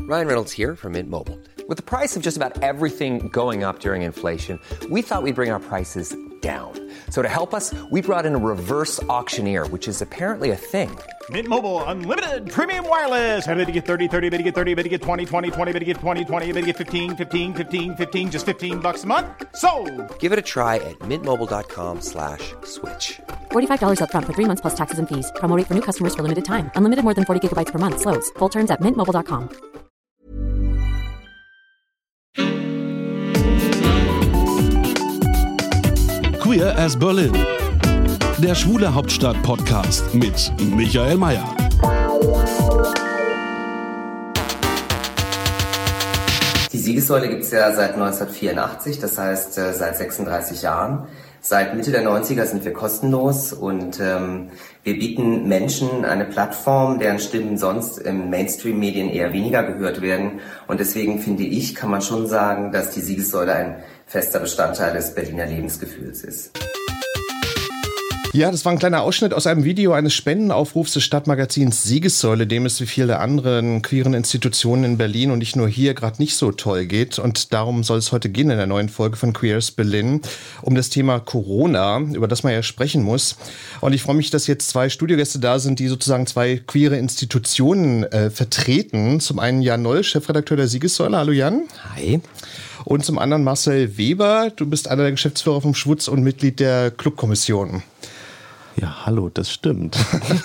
Ryan Reynolds here from Mint Mobile. With the price of just about everything going up during inflation, we thought we'd bring our prices down. So to help us, we brought in a reverse auctioneer, which is apparently a thing. Mint Mobile Unlimited Premium Wireless. How to get 30, 30, how to get 30, how to get 20, 20, 20, how to get 20, 20, how to get 15, 15, 15, 15, just $15 a month? Sold! Give it a try at mintmobile.com/switch. $45 up front for 3 months plus taxes and fees. Promo rate for new customers for limited time. Unlimited more than 40 gigabytes per month. Slows full terms at mintmobile.com. Queer as Berlin. Der Schwule Hauptstadt-Podcast mit Michael Mayer. Die Siegessäule gibt es ja seit 1984, das heißt seit 36 Jahren. Seit Mitte der 90er sind wir kostenlos und wir bieten Menschen eine Plattform, deren Stimmen sonst in Mainstream-Medien eher weniger gehört werden. Und deswegen finde ich, kann man schon sagen, dass die Siegessäule ein fester Bestandteil des Berliner Lebensgefühls ist. Ja, das war ein kleiner Ausschnitt aus einem Video eines Spendenaufrufs des Stadtmagazins Siegessäule, dem es wie viele anderen queeren Institutionen in Berlin und nicht nur hier gerade nicht so toll geht. Und darum soll es heute gehen in der neuen Folge von Queer as Berlin, um das Thema Corona, über das man ja sprechen muss. Und ich freue mich, dass jetzt zwei Studiogäste da sind, die sozusagen zwei queere Institutionen vertreten. Zum einen Jan Noll, Chefredakteur der Siegessäule. Hallo Jan. Hi. Und zum anderen Marcel Weber. Du bist einer der Geschäftsführer vom Schwutz und Mitglied der Clubkommission. Ja, hallo, das stimmt.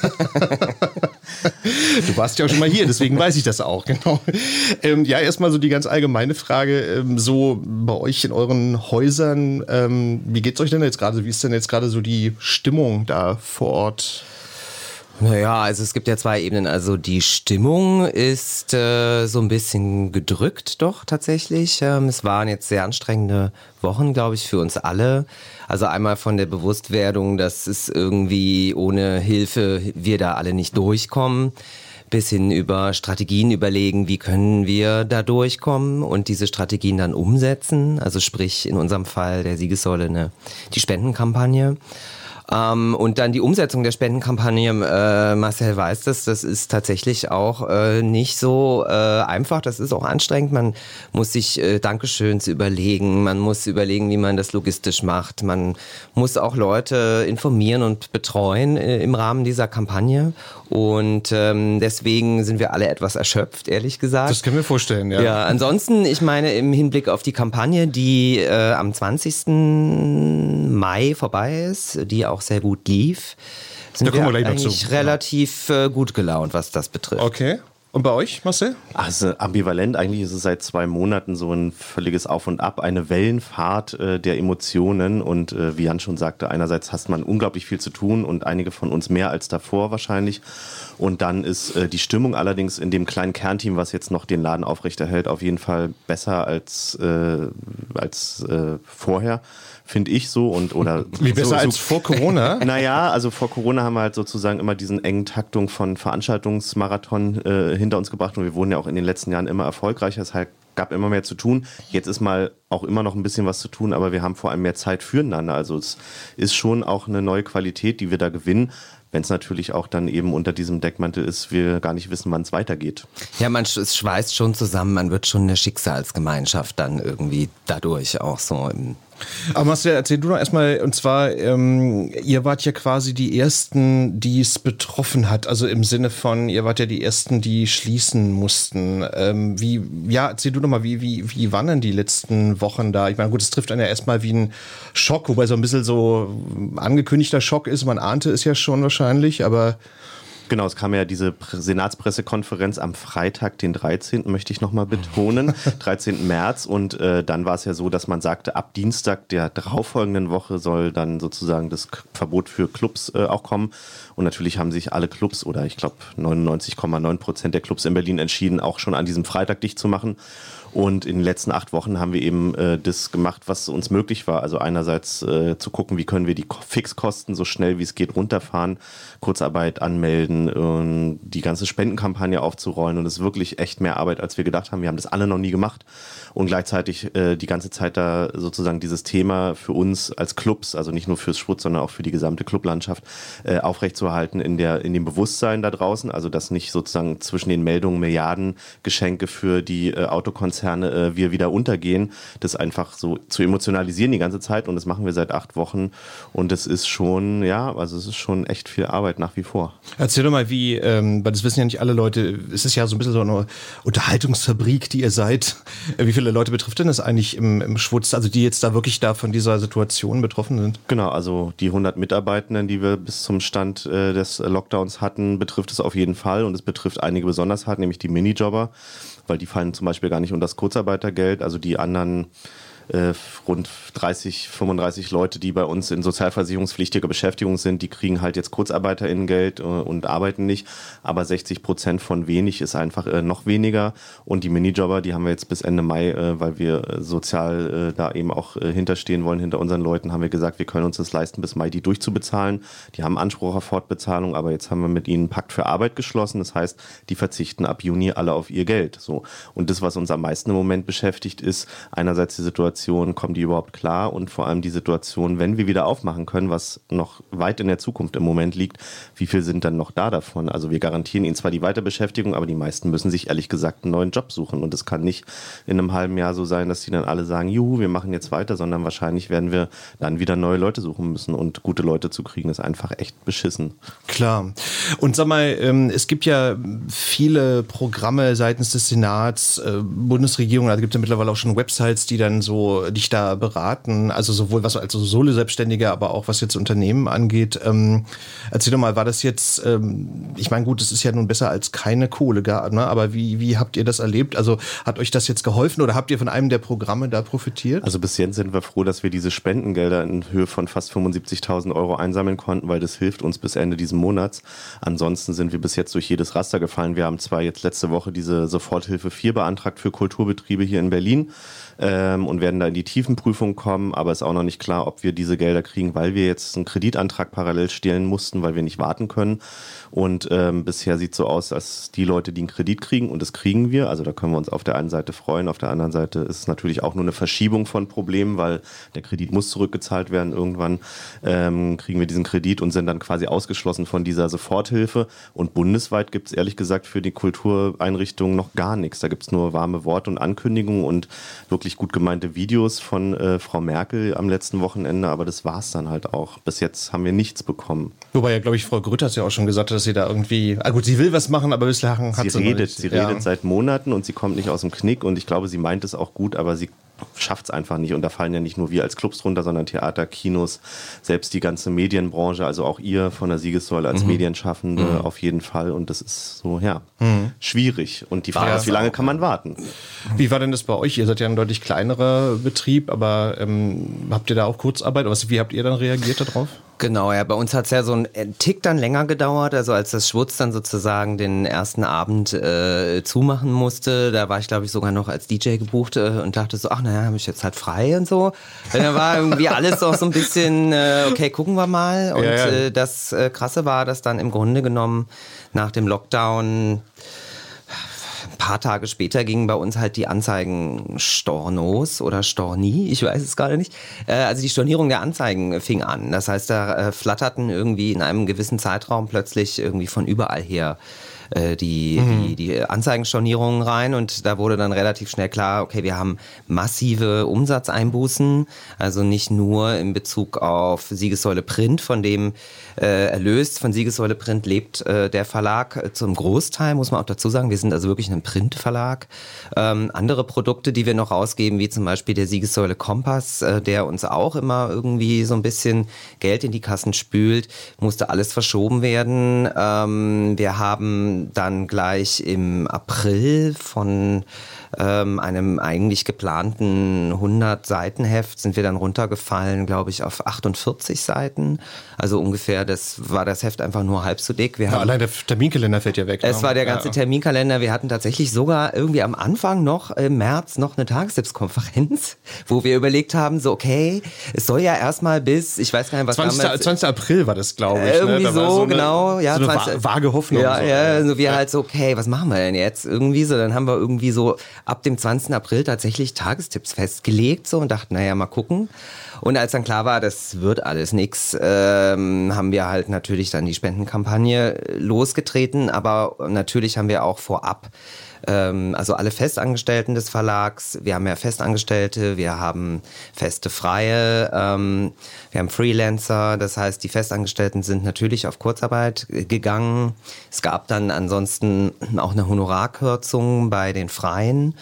Du warst ja auch schon mal hier, deswegen weiß ich das auch, genau. Ja, erstmal so die ganz allgemeine Frage, so bei euch in euren Häusern, wie geht's euch denn jetzt gerade? Wie ist denn jetzt gerade so die Stimmung da vor Ort? Naja, also es gibt ja zwei Ebenen. Also die Stimmung ist so ein bisschen gedrückt doch tatsächlich. Es waren jetzt sehr anstrengende Wochen, glaube ich, für uns alle. Also einmal von der Bewusstwerdung, dass es irgendwie ohne Hilfe wir da alle nicht durchkommen, bis hin über Strategien überlegen, wie können wir da durchkommen und diese Strategien dann umsetzen. Also sprich in unserem Fall der Siegessäule die Spendenkampagne. Und dann die Umsetzung der Spendenkampagne, Marcel weiß das ist tatsächlich auch nicht so einfach, das ist auch anstrengend, man muss sich Dankeschöns überlegen, man muss überlegen, wie man das logistisch macht, man muss auch Leute informieren und betreuen im Rahmen dieser Kampagne und deswegen sind wir alle etwas erschöpft, ehrlich gesagt. Das können wir vorstellen, ja. Ja, ansonsten, ich meine im Hinblick auf die Kampagne, die am 20. Mai vorbei ist, die auch sehr gut lief, sind wir eigentlich relativ gut gelaunt, was das betrifft. Okay. Und bei euch, Marcel? Also ambivalent, eigentlich ist es seit 2 Monaten so ein völliges Auf und Ab, eine Wellenfahrt der Emotionen und wie Jan schon sagte, einerseits hat man unglaublich viel zu tun und einige von uns mehr als davor wahrscheinlich und dann ist die Stimmung allerdings in dem kleinen Kernteam, was jetzt noch den Laden aufrechterhält, auf jeden Fall besser als vorher. Finde ich so oder wie besser als vor Corona? Naja, also vor Corona haben wir halt sozusagen immer diesen engen Taktung von Veranstaltungsmarathon hinter uns gebracht und wir wurden ja auch in den letzten Jahren immer erfolgreicher. Es gab immer mehr zu tun. Jetzt ist mal auch immer noch ein bisschen was zu tun, aber wir haben vor allem mehr Zeit füreinander. Also es ist schon auch eine neue Qualität, die wir da gewinnen. Wenn es natürlich auch dann eben unter diesem Deckmantel ist, wir gar nicht wissen, wann es weitergeht. Ja, es schweißt schon zusammen, man wird schon eine Schicksalsgemeinschaft dann irgendwie dadurch auch so. Aber Marcel, erzähl du doch erstmal, und zwar, ihr wart ja quasi die Ersten, die es betroffen hat, also im Sinne von, ihr wart ja die Ersten, die schließen mussten. Erzähl du doch mal, wie waren denn die letzten Wochen da? Ich meine, gut, es trifft einen ja erstmal wie ein Schock, wobei so ein bisschen so angekündigter Schock ist, man ahnte es ja schon wahrscheinlich, aber... Genau, es kam ja diese Senatspressekonferenz am Freitag, den 13., möchte ich nochmal betonen, 13. März und dann war es ja so, dass man sagte, ab Dienstag der darauffolgenden Woche soll dann sozusagen das Verbot für Clubs auch kommen und natürlich haben sich alle Clubs oder ich glaube 99,9% der Clubs in Berlin entschieden, auch schon an diesem Freitag dicht zu machen. Und in den letzten 8 Wochen haben wir eben das gemacht, was uns möglich war. Also einerseits zu gucken, wie können wir die Fixkosten so schnell wie es geht runterfahren, Kurzarbeit anmelden, die ganze Spendenkampagne aufzurollen. Und es ist wirklich echt mehr Arbeit, als wir gedacht haben. Wir haben das alle noch nie gemacht. Und gleichzeitig die ganze Zeit da sozusagen dieses Thema für uns als Clubs, also nicht nur fürs Schwutz, sondern auch für die gesamte Clublandschaft aufrechtzuerhalten in dem Bewusstsein da draußen. Also dass nicht sozusagen zwischen den Meldungen Milliardengeschenke für die Autokonzerne wir wieder untergehen. Das einfach so zu emotionalisieren die ganze Zeit. Und das machen wir seit 8 Wochen. Und es ist schon, es ist schon echt viel Arbeit nach wie vor. Erzähl doch mal, wie, weil das wissen ja nicht alle Leute, es ist ja so ein bisschen so eine Unterhaltungsfabrik, die ihr seid. Wie viele Leute betrifft denn das eigentlich im Schwutz, also die jetzt da wirklich da von dieser Situation betroffen sind? Genau, also die 100 Mitarbeitenden, die wir bis zum Stand des Lockdowns hatten, betrifft es auf jeden Fall und es betrifft einige besonders hart, nämlich die Minijobber, weil die fallen zum Beispiel gar nicht unter das Kurzarbeitergeld, also die anderen rund 30, 35 Leute, die bei uns in sozialversicherungspflichtiger Beschäftigung sind, die kriegen halt jetzt KurzarbeiterInnengeld und arbeiten nicht, aber 60% von wenig ist einfach noch weniger und die Minijobber, die haben wir jetzt bis Ende Mai, weil wir sozial da eben auch hinterstehen wollen, hinter unseren Leuten, haben wir gesagt, wir können uns das leisten, bis Mai die durchzubezahlen. Die haben Anspruch auf Fortbezahlung, aber jetzt haben wir mit ihnen einen Pakt für Arbeit geschlossen, das heißt, die verzichten ab Juni alle auf ihr Geld. So. Und das, was uns am meisten im Moment beschäftigt, ist einerseits die Situation, kommen die überhaupt klar und vor allem die Situation, wenn wir wieder aufmachen können, was noch weit in der Zukunft im Moment liegt, wie viel sind dann noch da davon? Also wir garantieren ihnen zwar die Weiterbeschäftigung, aber die meisten müssen sich ehrlich gesagt einen neuen Job suchen und es kann nicht in einem halben Jahr so sein, dass die dann alle sagen, juhu, wir machen jetzt weiter, sondern wahrscheinlich werden wir dann wieder neue Leute suchen müssen und gute Leute zu kriegen, ist einfach echt beschissen. Klar. Und sag mal, es gibt ja viele Programme seitens des Senats, Bundesregierung, also gibt es ja mittlerweile auch schon Websites, die dann so dich da beraten, also sowohl was als Solo-Selbstständige, aber auch was jetzt Unternehmen angeht. Erzähl doch mal, war das jetzt, ich meine gut, es ist ja nun besser als keine Kohle, ne? Aber wie habt ihr das erlebt? Also hat euch das jetzt geholfen oder habt ihr von einem der Programme da profitiert? Also bis jetzt sind wir froh, dass wir diese Spendengelder in Höhe von fast 75.000 Euro einsammeln konnten, weil das hilft uns bis Ende diesen Monats. Ansonsten sind wir bis jetzt durch jedes Raster gefallen. Wir haben zwar jetzt letzte Woche diese Soforthilfe 4 beantragt für Kulturbetriebe hier in Berlin und werden da in die Tiefenprüfung kommen, aber ist auch noch nicht klar, ob wir diese Gelder kriegen, weil wir jetzt einen Kreditantrag parallel stellen mussten, weil wir nicht warten können. Und bisher sieht es so aus, als die Leute, die einen Kredit kriegen, und das kriegen wir, also da können wir uns auf der einen Seite freuen, auf der anderen Seite ist es natürlich auch nur eine Verschiebung von Problemen, weil der Kredit muss zurückgezahlt werden. Irgendwann kriegen wir diesen Kredit und sind dann quasi ausgeschlossen von dieser Soforthilfe. Und bundesweit gibt es ehrlich gesagt für die Kultureinrichtungen noch gar nichts. Da gibt es nur warme Worte und Ankündigungen und wirklich gut gemeinte Videos von Frau Merkel am letzten Wochenende, aber das war es dann halt auch. Bis jetzt haben wir nichts bekommen. Wobei ja, glaube ich, Frau Grütters ja auch schon gesagt hat, dass sie da irgendwie, gut, sie will was machen, aber bislang hat sie redet. Nicht. Sie redet seit Monaten und sie kommt nicht aus dem Knick und ich glaube, sie meint es auch gut, aber sie schafft es einfach nicht. Und da fallen ja nicht nur wir als Clubs drunter, sondern Theater, Kinos, selbst die ganze Medienbranche, also auch ihr von der Siegessäule als Medienschaffende auf jeden Fall. Und das ist so, schwierig. Und die Frage ist, wie lange kann man warten? Wie war denn das bei euch? Ihr seid ja ein deutlich kleinerer Betrieb, aber habt ihr da auch Kurzarbeit? Wie habt ihr dann reagiert darauf? Genau, ja, bei uns hat es ja so einen Tick dann länger gedauert, also als das Schwutz dann sozusagen den ersten Abend zumachen musste, da war ich glaube ich sogar noch als DJ gebucht und dachte so, ach naja, habe ich jetzt halt frei und so. Und dann war irgendwie alles auch so ein bisschen, okay, gucken wir mal. Und das Krasse war, dass dann im Grunde genommen nach dem Lockdown ein paar Tage später gingen bei uns halt die Anzeigen Stornos oder Storni, ich weiß es gerade nicht. Also die Stornierung der Anzeigen fing an. Das heißt, da flatterten irgendwie in einem gewissen Zeitraum plötzlich irgendwie von überall her die Anzeigenstornierungen rein und da wurde dann relativ schnell klar, okay, wir haben massive Umsatzeinbußen, also nicht nur in Bezug auf Siegessäule Print, von dem Erlös von Siegessäule Print lebt der Verlag zum Großteil, muss man auch dazu sagen, wir sind also wirklich ein Printverlag. Andere Produkte, die wir noch rausgeben, wie zum Beispiel der Siegessäule Kompass, der uns auch immer irgendwie so ein bisschen Geld in die Kassen spült, musste alles verschoben werden. Wir haben dann gleich im April von einem eigentlich geplanten 100-Seiten-Heft sind wir dann runtergefallen, glaube ich, auf 48 Seiten. Also ungefähr, das war das Heft einfach nur halb so dick. Allein der Terminkalender fällt ja weg. Es war der ganze Terminkalender. Wir hatten tatsächlich sogar irgendwie am Anfang noch im März noch eine Tagestippskonferenz, wo wir überlegt haben, so okay, es soll ja erstmal bis, ich weiß gar nicht, was 20. April war das, glaube ich. Irgendwie ne? Da so, war so genau. Ja, so eine vage Hoffnung. Ja, so. ja, also wir halt so, okay, was machen wir denn jetzt? Irgendwie so, dann haben wir irgendwie so ab dem 20. April tatsächlich Tagestipps festgelegt so und dachten, naja, mal gucken. Und als dann klar war, das wird alles nix, haben wir halt natürlich dann die Spendenkampagne losgetreten, aber natürlich haben wir auch vorab also alle Festangestellten des Verlags, wir haben ja Festangestellte, wir haben feste Freie, wir haben Freelancer, das heißt, die Festangestellten sind natürlich auf Kurzarbeit gegangen. Es gab dann ansonsten auch eine Honorarkürzung bei den Freien,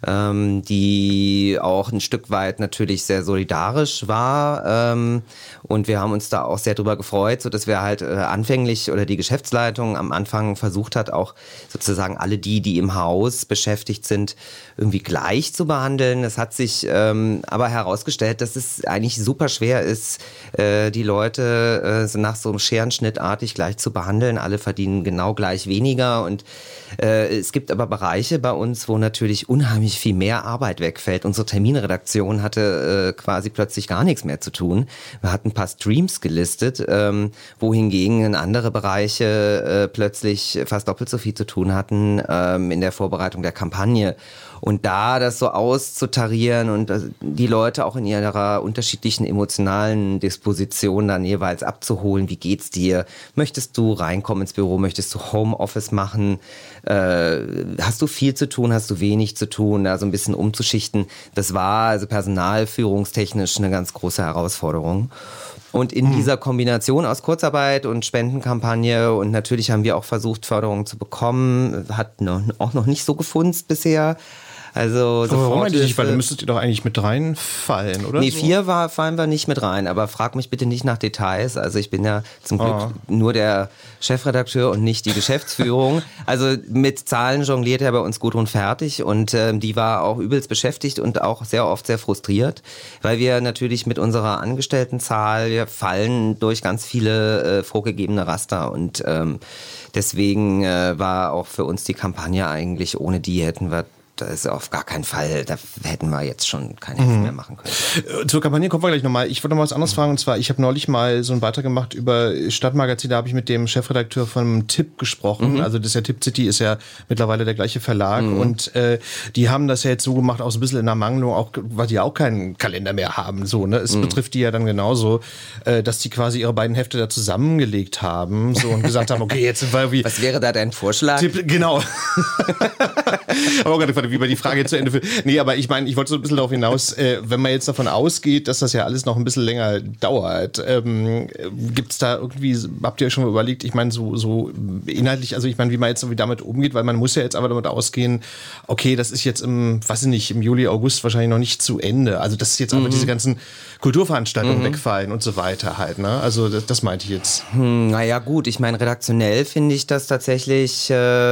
die auch ein Stück weit natürlich sehr solidarisch war, und wir haben uns da auch sehr drüber gefreut, so dass wir halt anfänglich oder die Geschäftsleitung am Anfang versucht hat, auch sozusagen alle die im Haus beschäftigt sind, irgendwie gleich zu behandeln. Es hat sich aber herausgestellt, dass es eigentlich super schwer ist, die Leute nach so einem Scherenschnittartig gleich zu behandeln. Alle verdienen genau gleich weniger und es gibt aber Bereiche bei uns, wo natürlich unheimlich viel mehr Arbeit wegfällt. Unsere Terminredaktion hatte quasi plötzlich gar nichts mehr zu tun. Wir hatten ein paar Streams gelistet, wohingegen andere Bereiche plötzlich fast doppelt so viel zu tun hatten in der Vorbereitung der Kampagne. Und da das so auszutarieren und die Leute auch in ihrer unterschiedlichen emotionalen Disposition dann jeweils abzuholen, wie geht's dir? Möchtest du reinkommen ins Büro? Möchtest du Homeoffice machen? Hast du viel zu tun? Hast du wenig zu tun? Da so ein bisschen umzuschichten. Das war also personalführungstechnisch eine ganz große Herausforderung. Und in dieser Kombination aus Kurzarbeit und Spendenkampagne und natürlich haben wir auch versucht, Förderungen zu bekommen, hat auch noch nicht so gefunzt bisher. Also warum eigentlich nicht? Weil da müsstet ihr doch eigentlich mit reinfallen, oder? Nee, so? 4 fallen wir nicht mit rein, aber frag mich bitte nicht nach Details. Also ich bin ja zum Glück nur der Chefredakteur und nicht die Geschäftsführung. Also mit Zahlen jongliert er bei uns gut und fertig und die war auch übelst beschäftigt und auch sehr oft sehr frustriert, weil wir natürlich mit unserer Angestelltenzahl, wir fallen durch ganz viele vorgegebene Raster und deswegen war auch für uns die Kampagne eigentlich, ohne die hätten wir das ist auf gar keinen Fall, da hätten wir jetzt schon keine Hilfe mehr machen können. Zur Kampagne kommen wir gleich nochmal. Ich wollte noch mal was anderes fragen, und zwar, ich habe neulich mal so einen Beitrag gemacht über Stadtmagazin, da habe ich mit dem Chefredakteur von Tipp gesprochen, also das ist ja Tipp City, ist ja mittlerweile der gleiche Verlag und die haben das ja jetzt so gemacht, auch so ein bisschen in der Mangelung, auch, weil die auch keinen Kalender mehr haben, so, ne? Es betrifft die ja dann genauso, dass die quasi ihre beiden Hefte da zusammengelegt haben, so, und gesagt haben, okay, jetzt sind wir wie... Was wäre da dein Vorschlag? Tipp, genau. Aber gerade wie bei die Frage zu Ende führt. Nee, aber ich meine, ich wollte so ein bisschen darauf hinaus, wenn man jetzt davon ausgeht, dass das ja alles noch ein bisschen länger dauert, gibt's da irgendwie, habt ihr schon mal überlegt, ich meine, so inhaltlich, also ich meine, wie man jetzt irgendwie damit umgeht, weil man muss ja jetzt aber damit ausgehen, okay, das ist jetzt im Juli, August wahrscheinlich noch nicht zu Ende. Also dass jetzt aber diese ganzen Kulturveranstaltungen wegfallen und so weiter halt, ne? Also das meinte ich jetzt. Naja gut, ich meine, redaktionell finde ich das tatsächlich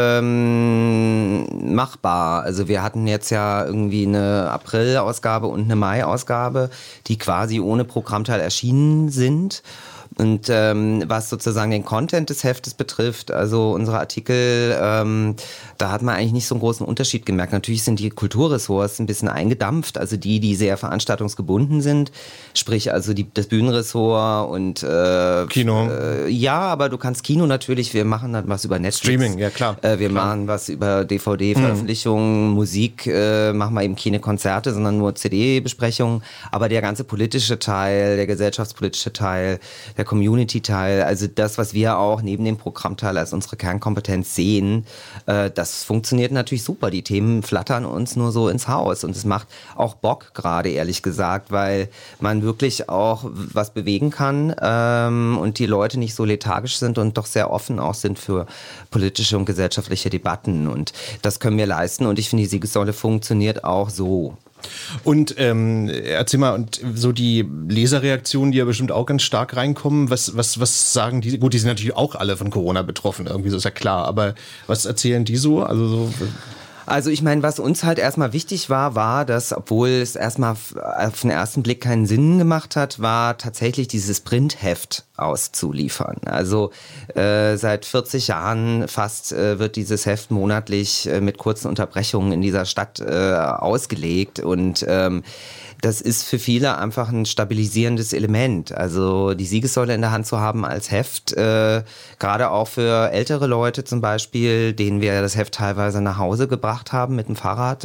machbar. Also wir hatten jetzt ja irgendwie eine April-Ausgabe und eine Mai-Ausgabe, die quasi ohne Programmteil erschienen sind. Und was sozusagen den Content des Heftes betrifft, also unsere Artikel, da hat man eigentlich nicht so einen großen Unterschied gemerkt. Natürlich sind die Kulturressorts ein bisschen eingedampft, also die sehr veranstaltungsgebunden sind, sprich also das Bühnenressort und Kino. Ja, aber du kannst Kino natürlich, wir machen dann was über Netflix. Streaming, ja klar. Wir machen was über DVD-Veröffentlichungen, Musik machen wir eben keine Konzerte, sondern nur CD-Besprechungen. Aber der ganze politische Teil, der gesellschaftspolitische Teil, der Community-Teil, also das, was wir auch neben dem Programmteil als unsere Kernkompetenz sehen, das funktioniert natürlich super. Die Themen flattern uns nur so ins Haus und es macht auch Bock gerade, ehrlich gesagt, weil man wirklich auch was bewegen kann und die Leute nicht so lethargisch sind und doch sehr offen auch sind für politische und gesellschaftliche Debatten und das können wir leisten und ich finde, die Siegessäule funktioniert auch so. Und erzähl mal, und so die Leserreaktionen, die ja bestimmt auch ganz stark reinkommen, was sagen die? Gut, die sind natürlich auch alle von Corona betroffen, irgendwie, so ist ja klar, aber was erzählen die so? Also ich meine, was uns halt erstmal wichtig war, dass, obwohl es erstmal auf den ersten Blick keinen Sinn gemacht hat, war tatsächlich dieses Printheft auszuliefern. Also seit 40 Jahren fast wird dieses Heft monatlich mit kurzen Unterbrechungen in dieser Stadt ausgelegt und das ist für viele einfach ein stabilisierendes Element. Also die Siegessäule in der Hand zu haben als Heft, gerade auch für ältere Leute zum Beispiel, denen wir das Heft teilweise nach Hause gebracht haben mit dem Fahrrad,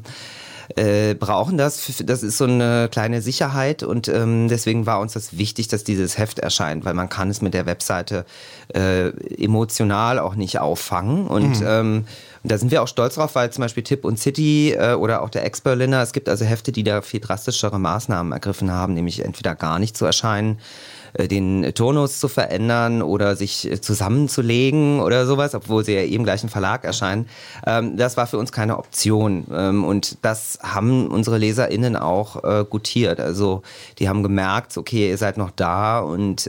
brauchen das. Das ist so eine kleine Sicherheit und deswegen war uns das wichtig, dass dieses Heft erscheint, weil man kann es mit der Webseite emotional auch nicht auffangen und da sind wir auch stolz drauf, weil zum Beispiel Tipp und City oder auch der Ex-Berliner, es gibt also Hefte, die da viel drastischere Maßnahmen ergriffen haben, nämlich entweder gar nicht zu erscheinen, den Turnus zu verändern oder sich zusammenzulegen oder sowas, obwohl sie ja im gleichen Verlag erscheinen. Das war für uns keine Option und das haben unsere LeserInnen auch gutiert. Also die haben gemerkt, okay, ihr seid noch da und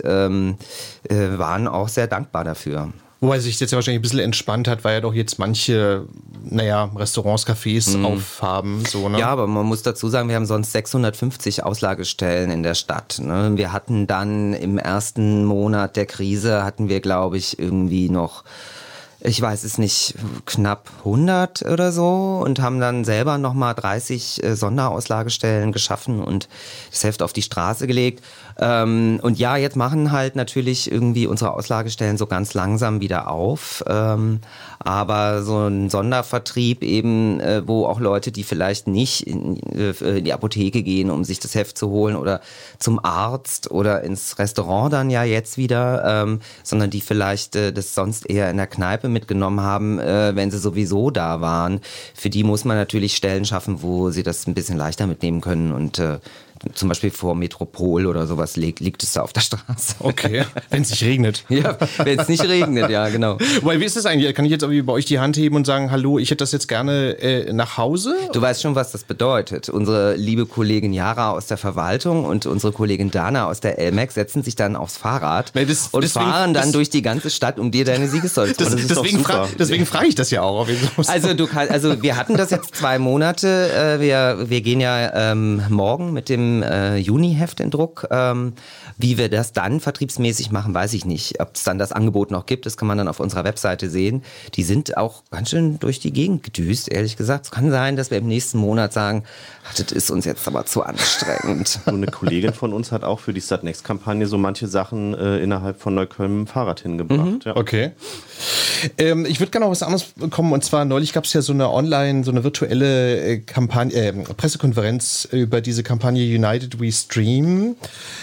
waren auch sehr dankbar dafür. Wobei sich jetzt ja wahrscheinlich ein bisschen entspannt hat, weil ja doch jetzt manche, Restaurants, Cafés aufhaben. So, ne? Ja, aber man muss dazu sagen, wir haben sonst 650 Auslagestellen in der Stadt. Ne? Wir hatten dann im ersten Monat der Krise, glaube ich, irgendwie noch, ich weiß es nicht, knapp 100 oder so und haben dann selber nochmal 30 Sonderauslagestellen geschaffen und das Heft auf die Straße gelegt. Und ja, jetzt machen halt natürlich irgendwie unsere Auslagestellen so ganz langsam wieder auf. Aber so ein Sondervertrieb eben, wo auch Leute, die vielleicht nicht in die Apotheke gehen, um sich das Heft zu holen oder zum Arzt oder ins Restaurant dann ja jetzt wieder, sondern die vielleicht das sonst eher in der Kneipe mitgenommen haben, wenn sie sowieso da waren. Für die muss man natürlich Stellen schaffen, wo sie das ein bisschen leichter mitnehmen können und zum Beispiel vor Metropol oder sowas liegt es da auf der Straße. Okay, wenn es nicht regnet. Ja, wenn es nicht regnet, ja, genau. Weil, wie ist das eigentlich? Kann ich jetzt irgendwie bei euch die Hand heben und sagen, hallo, ich hätte das jetzt gerne nach Hause? Du weißt schon, was das bedeutet. Unsere liebe Kollegin Jara aus der Verwaltung und unsere Kollegin Dana aus der LMAC setzen sich dann aufs Fahrrad und fahren dann durch die ganze Stadt, um dir deine Siegessäule zu holen. Deswegen frage ich das ja auch. Also wir hatten das jetzt 2 Monate. Wir gehen ja morgen mit dem Juni-Heft in Druck. Wie wir das dann vertriebsmäßig machen, weiß ich nicht. Ob es dann das Angebot noch gibt, das kann man dann auf unserer Webseite sehen. Die sind auch ganz schön durch die Gegend gedüst, ehrlich gesagt. Es kann sein, dass wir im nächsten Monat sagen, das ist uns jetzt aber zu anstrengend. So eine Kollegin von uns hat auch für die Stadtnext-Kampagne so manche Sachen innerhalb von Neukölln mit dem Fahrrad hingebracht. Ja. Okay. Ich würde gerne noch was anderes bekommen. Und zwar neulich gab es ja so eine virtuelle Pressekonferenz über diese Kampagne United We Stream.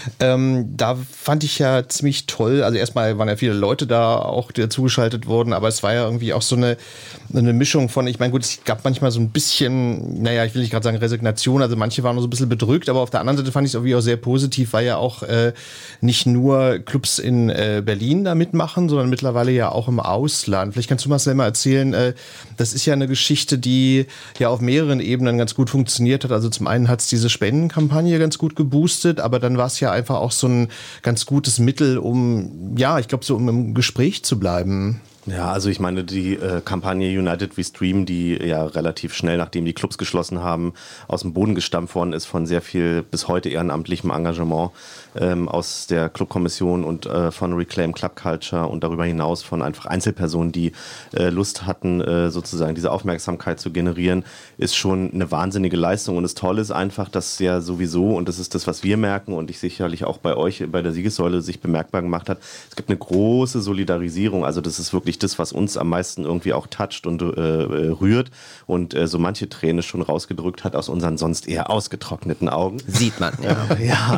Da fand ich ja ziemlich toll. Also erstmal waren ja viele Leute da auch, die dazugeschaltet wurden, aber es war ja irgendwie auch so eine Mischung von, ich meine, gut, es gab manchmal so ein bisschen, ich will nicht gerade sagen Resignation, also manche waren noch so ein bisschen bedrückt, aber auf der anderen Seite fand ich es irgendwie auch sehr positiv, weil ja auch nicht nur Clubs in Berlin da mitmachen, sondern mittlerweile ja auch im Ausland. Vielleicht kannst du Marcel mal erzählen, das ist ja eine Geschichte, die ja auf mehreren Ebenen ganz gut funktioniert hat. Also zum einen hat es diese Spendenkampagne ganz gut geboostet, aber dann war es ja einfach auch so ein ganz gutes Mittel, um im Gespräch zu bleiben. Ja, also ich meine, die Kampagne United We Stream, die ja relativ schnell, nachdem die Clubs geschlossen haben, aus dem Boden gestampft worden ist von sehr viel bis heute ehrenamtlichem Engagement aus der Clubkommission und von Reclaim Club Culture und darüber hinaus von einfach Einzelpersonen, die Lust hatten, sozusagen diese Aufmerksamkeit zu generieren, ist schon eine wahnsinnige Leistung. Und das Tolle ist einfach, dass ja sowieso, und das ist das, was wir merken und ich sicherlich auch bei euch bei der Siegessäule sich bemerkbar gemacht hat, es gibt eine große Solidarisierung. Also das ist wirklich das, was uns am meisten irgendwie auch toucht und rührt und so manche Träne schon rausgedrückt hat aus unseren sonst eher ausgetrockneten Augen. Sieht man, ja.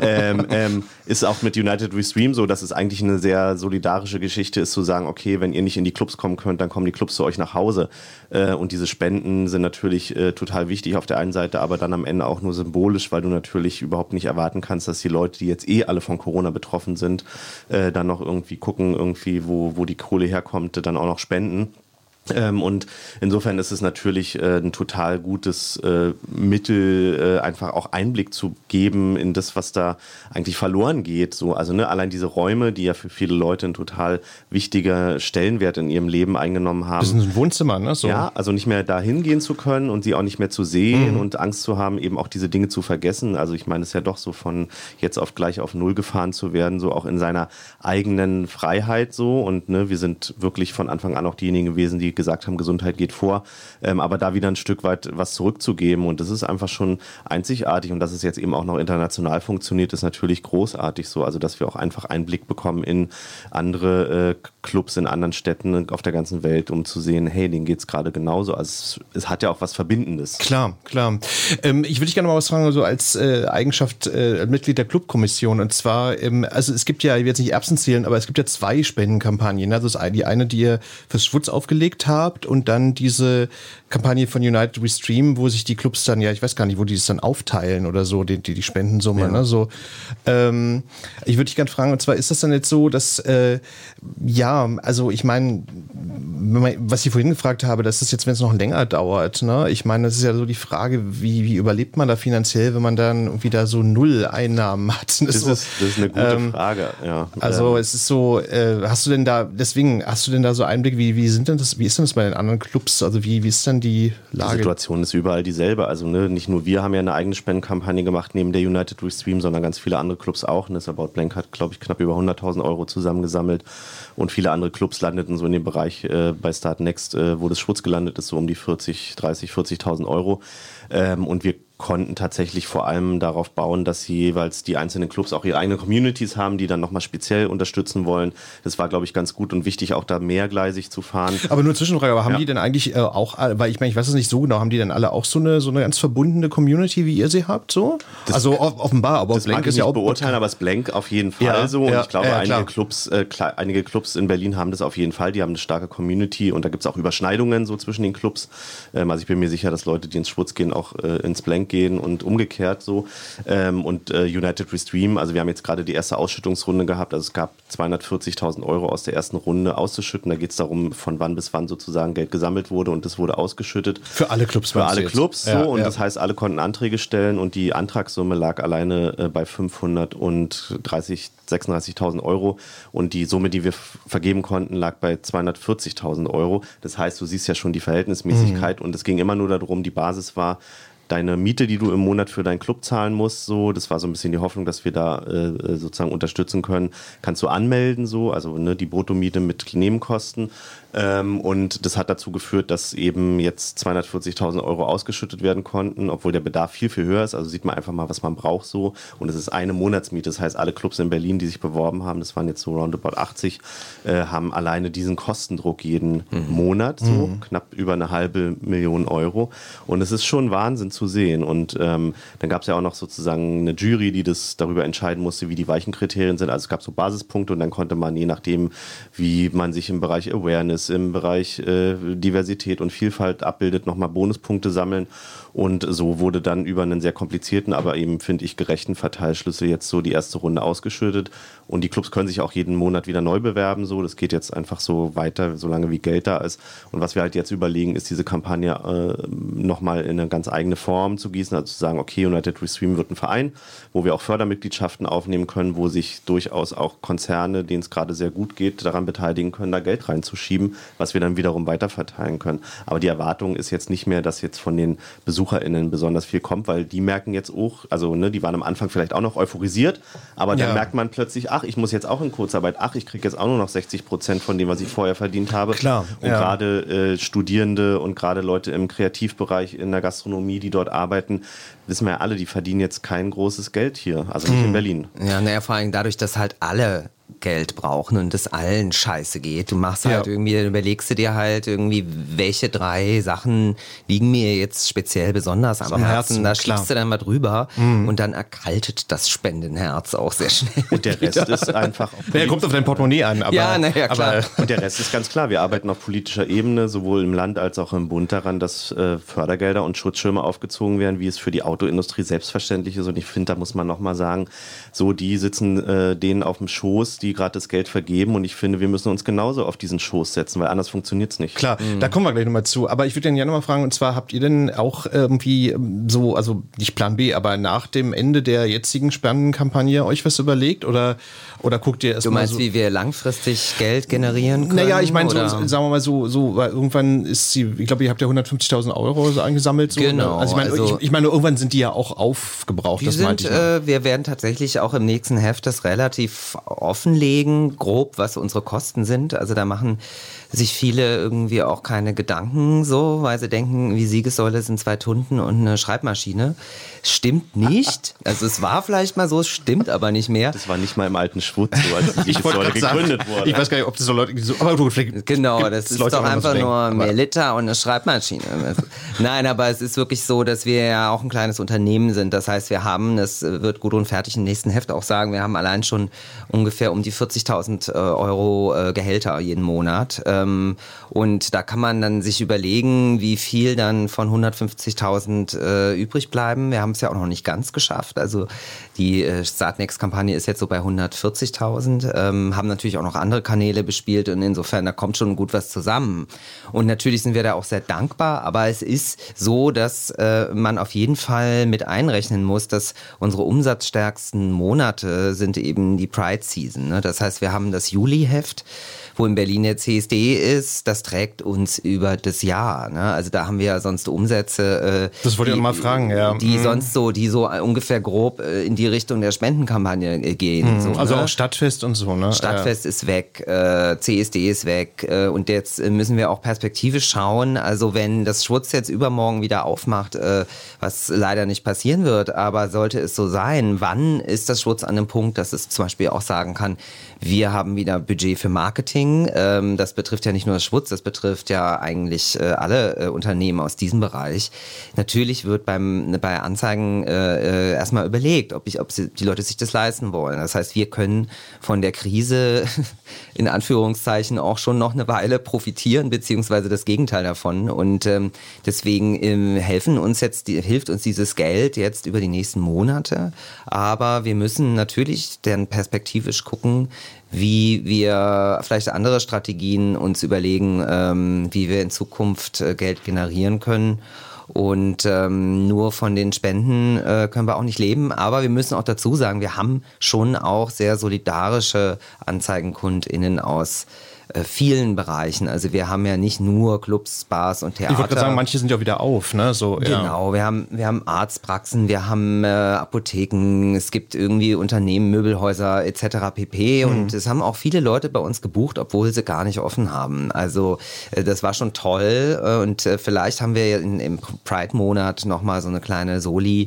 Ist auch mit United We Stream so, dass es eigentlich eine sehr solidarische Geschichte ist, zu sagen, okay, wenn ihr nicht in die Clubs kommen könnt, dann kommen die Clubs zu euch nach Hause. Und diese Spenden sind natürlich total wichtig auf der einen Seite, aber dann am Ende auch nur symbolisch, weil du natürlich überhaupt nicht erwarten kannst, dass die Leute, die jetzt alle von Corona betroffen sind, dann noch irgendwie gucken, wo die Kohle herkommt, dann auch noch spenden. Und insofern ist es natürlich ein total gutes Mittel, einfach auch Einblick zu geben in das, was da eigentlich verloren geht. So, also allein diese Räume, die ja für viele Leute einen total wichtiger Stellenwert in ihrem Leben eingenommen haben. Das ist ein Wohnzimmer, ne? So. Ja, also nicht mehr da hingehen zu können und sie auch nicht mehr zu sehen und Angst zu haben, eben auch diese Dinge zu vergessen. Also ich meine, es ist ja doch so von jetzt auf gleich auf Null gefahren zu werden, so auch in seiner eigenen Freiheit so. Und wir sind wirklich von Anfang an auch diejenigen gewesen, die gesagt haben, Gesundheit geht vor, aber da wieder ein Stück weit was zurückzugeben und das ist einfach schon einzigartig und dass es jetzt eben auch noch international funktioniert, ist natürlich großartig so, also dass wir auch einfach Einblick bekommen in andere Clubs in anderen Städten auf der ganzen Welt, um zu sehen, hey, denen geht's gerade genauso, also es hat ja auch was Verbindendes. Klar. Ich würde dich gerne mal was fragen, so als Eigenschaft Mitglied der Clubkommission und zwar, also es gibt ja, ich will jetzt nicht Erbsen zählen, aber es gibt ja 2 Spendenkampagnen, also die eine, die ihr fürs Schwutz aufgelegt habt und dann diese Kampagne von United We Stream, wo sich die Clubs dann, ja, ich weiß gar nicht, wo die es dann aufteilen oder so, die Spendensumme, ja. Ne, so. Ich würde dich gerne fragen, und zwar ist das dann jetzt so, dass, also ich meine, was ich vorhin gefragt habe, das ist jetzt, wenn es noch länger dauert, ne, ich meine, das ist ja so die Frage, wie überlebt man da finanziell, wenn man dann irgendwie da so 0 Einnahmen hat? Das ist eine gute Frage, ja. Also es ist so, hast du denn da so Einblick, wie ist denn das bei den anderen Clubs? Also wie ist denn die Lage? Die Situation ist überall dieselbe. Also nicht nur wir haben ja eine eigene Spendenkampagne gemacht neben der United We Stream, sondern ganz viele andere Clubs auch. Und das About Blank hat, glaube ich, knapp über 100.000 Euro zusammengesammelt. Und viele andere Clubs landeten so in dem Bereich bei Start Next, wo das Schwutz gelandet ist, so um die 40.000 Euro. Und wir konnten tatsächlich vor allem darauf bauen, dass jeweils die einzelnen Clubs auch ihre eigenen Communities haben, die dann nochmal speziell unterstützen wollen. Das war, glaube ich, ganz gut und wichtig, auch da mehrgleisig zu fahren. Aber nur Zwischenfrage, aber haben die denn eigentlich auch, weil ich meine, ich weiß es nicht so genau, haben die denn alle auch so eine ganz verbundene Community, wie ihr sie habt, so? Also offenbar, aber das Blank mag ist ich ja nicht auch beurteilen, aber es Blank auf jeden Fall so. Und ich glaube, einige Clubs in Berlin haben das auf jeden Fall. Die haben eine starke Community und da gibt es auch Überschneidungen so zwischen den Clubs. Also ich bin mir sicher, dass Leute, die ins Schwutz gehen, auch ins Blank gehen und umgekehrt so. Und United We Stream, also wir haben jetzt gerade die erste Ausschüttungsrunde gehabt, also es gab 240.000 Euro aus der ersten Runde auszuschütten. Da geht es darum, von wann bis wann sozusagen Geld gesammelt wurde und das wurde ausgeschüttet. Für alle Clubs. Für alle Clubs so und das heißt, alle konnten Anträge stellen und die Antragssumme lag alleine bei 536.000 Euro und die Summe, die wir vergeben konnten, lag bei 240.000 Euro. Das heißt, du siehst ja schon die Verhältnismäßigkeit und es ging immer nur darum, die Basis war, deine Miete, die du im Monat für deinen Club zahlen musst, so, das war so ein bisschen die Hoffnung, dass wir da sozusagen unterstützen können, kannst du anmelden, so, also die Bruttomiete mit Nebenkosten. Und das hat dazu geführt, dass eben jetzt 240.000 Euro ausgeschüttet werden konnten, obwohl der Bedarf viel, viel höher ist. Also sieht man einfach mal, was man braucht so. Und es ist eine Monatsmiete. Das heißt, alle Clubs in Berlin, die sich beworben haben, das waren jetzt so roundabout 80, haben alleine diesen Kostendruck jeden Monat, so knapp über 500.000 Euro. Und es ist schon Wahnsinn zu sehen. Und dann gab es ja auch noch sozusagen eine Jury, die das darüber entscheiden musste, wie die weichen Kriterien sind. Also es gab so Basispunkte und dann konnte man, je nachdem, wie man sich im Bereich Awareness, im Bereich Diversität und Vielfalt abbildet, nochmal Bonuspunkte sammeln. Und so wurde dann über einen sehr komplizierten, aber eben, finde ich, gerechten Verteilschlüssel jetzt so die erste Runde ausgeschüttet. Und die Clubs können sich auch jeden Monat wieder neu bewerben. So, das geht jetzt einfach so weiter, solange wie Geld da ist. Und was wir halt jetzt überlegen, ist diese Kampagne nochmal in eine ganz eigene Form zu gießen. Also zu sagen, okay, United We Stream wird ein Verein, wo wir auch Fördermitgliedschaften aufnehmen können, wo sich durchaus auch Konzerne, denen es gerade sehr gut geht, daran beteiligen können, da Geld reinzuschieben, was wir dann wiederum weiterverteilen können. Aber die Erwartung ist jetzt nicht mehr, dass jetzt von den BesucherInnen besonders viel kommt, weil die merken jetzt auch, also die waren am Anfang vielleicht auch noch euphorisiert, aber dann merkt man plötzlich, ach, ich muss jetzt auch in Kurzarbeit, ach, ich kriege jetzt auch nur noch 60% von dem, was ich vorher verdient habe. Klar. Und gerade Studierende und gerade Leute im Kreativbereich, in der Gastronomie, die dort arbeiten, wissen wir ja alle, die verdienen jetzt kein großes Geld hier, also nicht in Berlin. Ja, naja, vor allem dadurch, dass halt alle Geld brauchen und es allen scheiße geht. Du machst halt irgendwie, dann überlegst du dir halt irgendwie, welche 3 Sachen liegen mir jetzt speziell besonders am Herzen. Da schiebst du dann mal drüber und dann erkaltet das Spendenherz auch sehr schnell. Und der Rest ist einfach... Der kommt auf dein Portemonnaie an. Aber, ja, naja, klar. Und der Rest ist ganz klar. Wir arbeiten auf politischer Ebene, sowohl im Land als auch im Bund daran, dass Fördergelder und Schutzschirme aufgezogen werden, wie es für die Autoindustrie selbstverständlich ist. Und ich finde, da muss man nochmal sagen, so, die sitzen denen auf dem Schoß, Clubs, die gerade das Geld vergeben und ich finde, wir müssen uns genauso auf diesen Schoß setzen, weil anders funktioniert es nicht. Klar, da kommen wir gleich nochmal zu. Aber ich würde den Jan nochmal fragen, und zwar habt ihr denn auch irgendwie so, also nicht Plan B, aber nach dem Ende der jetzigen Spendenkampagne euch was überlegt oder guckt ihr erstmal? Du meinst, wie wir langfristig Geld generieren können? Naja, ich meine, so, sagen wir mal so, weil irgendwann ist sie, ich glaube, ihr habt ja 150.000 Euro so eingesammelt. So, genau. Ne? Also ich meine, irgendwann sind die ja auch aufgebraucht. Wir werden tatsächlich auch im nächsten Heft das relativ offenlegen, grob, was unsere Kosten sind. Also da machen sich viele irgendwie auch keine Gedanken so, weil sie denken, wie Siegessäule sind 2 Tunden und eine Schreibmaschine. Stimmt nicht. Also es war vielleicht mal so, es stimmt aber nicht mehr. Das war nicht mal im alten Schwutz so, als die Siegessäule gegründet wurde. Ich weiß gar nicht, ob das so Leute so, aber du, genau, das ist doch einfach nur mehr Liter und eine Schreibmaschine. Nein, aber es ist wirklich so, dass wir ja auch ein kleines Unternehmen sind. Das heißt, wir haben, das wird Gudrun Fertig im nächsten Heft auch sagen, wir haben allein schon ungefähr um die 40.000 Euro Gehälter jeden Monat. Und da kann man dann sich überlegen, wie viel dann von 150.000 übrig bleiben. Wir haben es ja auch noch nicht ganz geschafft. Also die Startnext-Kampagne ist jetzt so bei 140.000, haben natürlich auch noch andere Kanäle bespielt und insofern, da kommt schon gut was zusammen. Und natürlich sind wir da auch sehr dankbar, aber es ist so, dass man auf jeden Fall mit einrechnen muss, dass unsere umsatzstärksten Monate sind eben die Pride-Season. Ne? Das heißt, wir haben das Juli-Heft, wo in Berlin der CSD ist, das trägt uns über das Jahr. Ne? Also da haben wir ja sonst Umsätze. Das wollte ich auch mal fragen, ja. Die so ungefähr grob in die Richtung der Spendenkampagne gehen. So, also ne? auch Stadtfest und so, ne? Stadtfest ist weg, CSD ist weg und jetzt müssen wir auch perspektivisch schauen. Also wenn das Schwutz jetzt übermorgen wieder aufmacht, was leider nicht passieren wird, aber sollte es so sein, wann ist das Schwutz an einem Punkt, dass es zum Beispiel auch sagen kann, wir haben wieder Budget für Marketing. Das betrifft ja nicht nur das Schwutz, das betrifft ja eigentlich alle Unternehmen aus diesem Bereich. Natürlich wird bei Anzeigen erstmal überlegt, ob die Leute sich das leisten wollen. Das heißt, wir können von der Krise in Anführungszeichen auch schon noch eine Weile profitieren, beziehungsweise das Gegenteil davon. Und deswegen hilft uns dieses Geld jetzt über die nächsten Monate. Aber wir müssen natürlich dann perspektivisch gucken, wie wir vielleicht andere Strategien uns überlegen, wie wir in Zukunft Geld generieren können. Und nur von den Spenden können wir auch nicht leben. Aber wir müssen auch dazu sagen, wir haben schon auch sehr solidarische AnzeigenkundInnen aus vielen Bereichen. Also wir haben ja nicht nur Clubs, Bars und Theater. Ich wollte gerade sagen, manche sind ja wieder auf, ne? So, genau, ja. wir haben Arztpraxen, wir haben Apotheken, es gibt irgendwie Unternehmen, Möbelhäuser etc. pp. Und es haben auch viele Leute bei uns gebucht, obwohl sie gar nicht offen haben. Also das war schon toll und vielleicht haben wir im Pride-Monat nochmal so eine kleine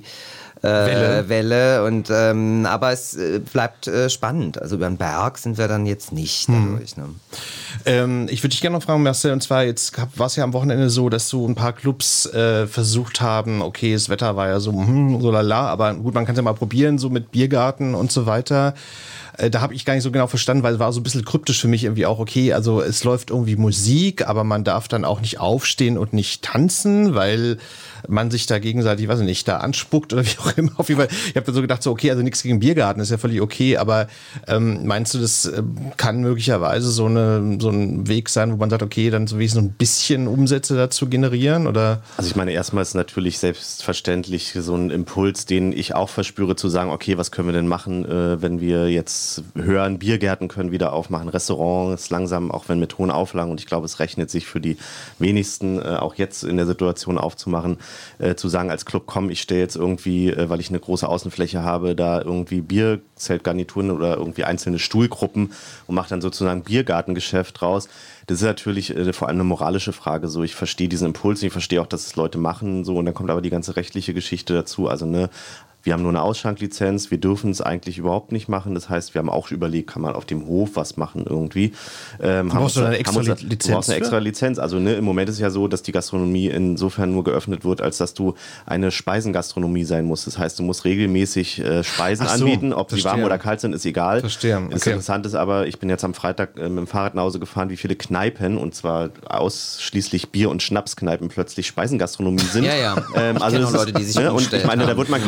Welle und aber es bleibt spannend. Also über den Berg sind wir dann jetzt nicht dadurch. Ne? Ich würde dich gerne noch fragen, Marcel, und zwar jetzt war es ja am Wochenende so, dass so ein paar Clubs versucht haben, okay, das Wetter war ja so lala, aber gut, man kann es ja mal probieren, so mit Biergarten und so weiter. Da habe ich gar nicht so genau verstanden, weil es war so ein bisschen kryptisch für mich irgendwie auch, okay, also es läuft irgendwie Musik, aber man darf dann auch nicht aufstehen und nicht tanzen, weil man sich da gegenseitig, weiß ich nicht, da anspuckt oder wie auch immer. Auf jeden Fall, ich habe dann so gedacht, so okay, also nichts gegen Biergarten, ist ja völlig okay, aber meinst du, das kann möglicherweise so ein Weg sein, wo man sagt, okay, dann so wie so ein bisschen Umsätze dazu generieren, oder? Also ich meine, erstmal ist natürlich selbstverständlich so ein Impuls, den ich auch verspüre, zu sagen, okay, was können wir denn machen, wenn wir jetzt hören, Biergärten können wieder aufmachen, Restaurants langsam, auch wenn mit hohen Auflagen, und ich glaube, es rechnet sich für die wenigsten auch jetzt in der Situation aufzumachen, zu sagen als Club, komm, ich stelle jetzt irgendwie, weil ich eine große Außenfläche habe, da irgendwie Bierzeltgarnituren oder irgendwie einzelne Stuhlgruppen und mache dann sozusagen Biergartengeschäft draus. Das ist natürlich vor allem eine moralische Frage. So, ich verstehe diesen Impuls, ich verstehe auch, dass es Leute machen, so, und dann kommt aber die ganze rechtliche Geschichte dazu. Also wir haben nur eine Ausschanklizenz, wir dürfen es eigentlich überhaupt nicht machen. Das heißt, wir haben auch überlegt, kann man auf dem Hof was machen irgendwie. Brauchst du eine extra Lizenz? Du brauchst eine extra Lizenz. Also im Moment ist es ja so, dass die Gastronomie insofern nur geöffnet wird, als dass du eine Speisengastronomie sein musst. Das heißt, du musst regelmäßig Speisen anbieten. Ob die warm oder kalt sind, ist egal. Verstehe. Okay. Das Interessante ist aber, ich bin jetzt am Freitag mit dem Fahrrad nach Hause gefahren, wie viele Kneipen, und zwar ausschließlich Bier- und Schnapskneipen, plötzlich Speisengastronomie sind. Ja. Also Leute, die sich und ich meine, da wird man kreativ. Die heißt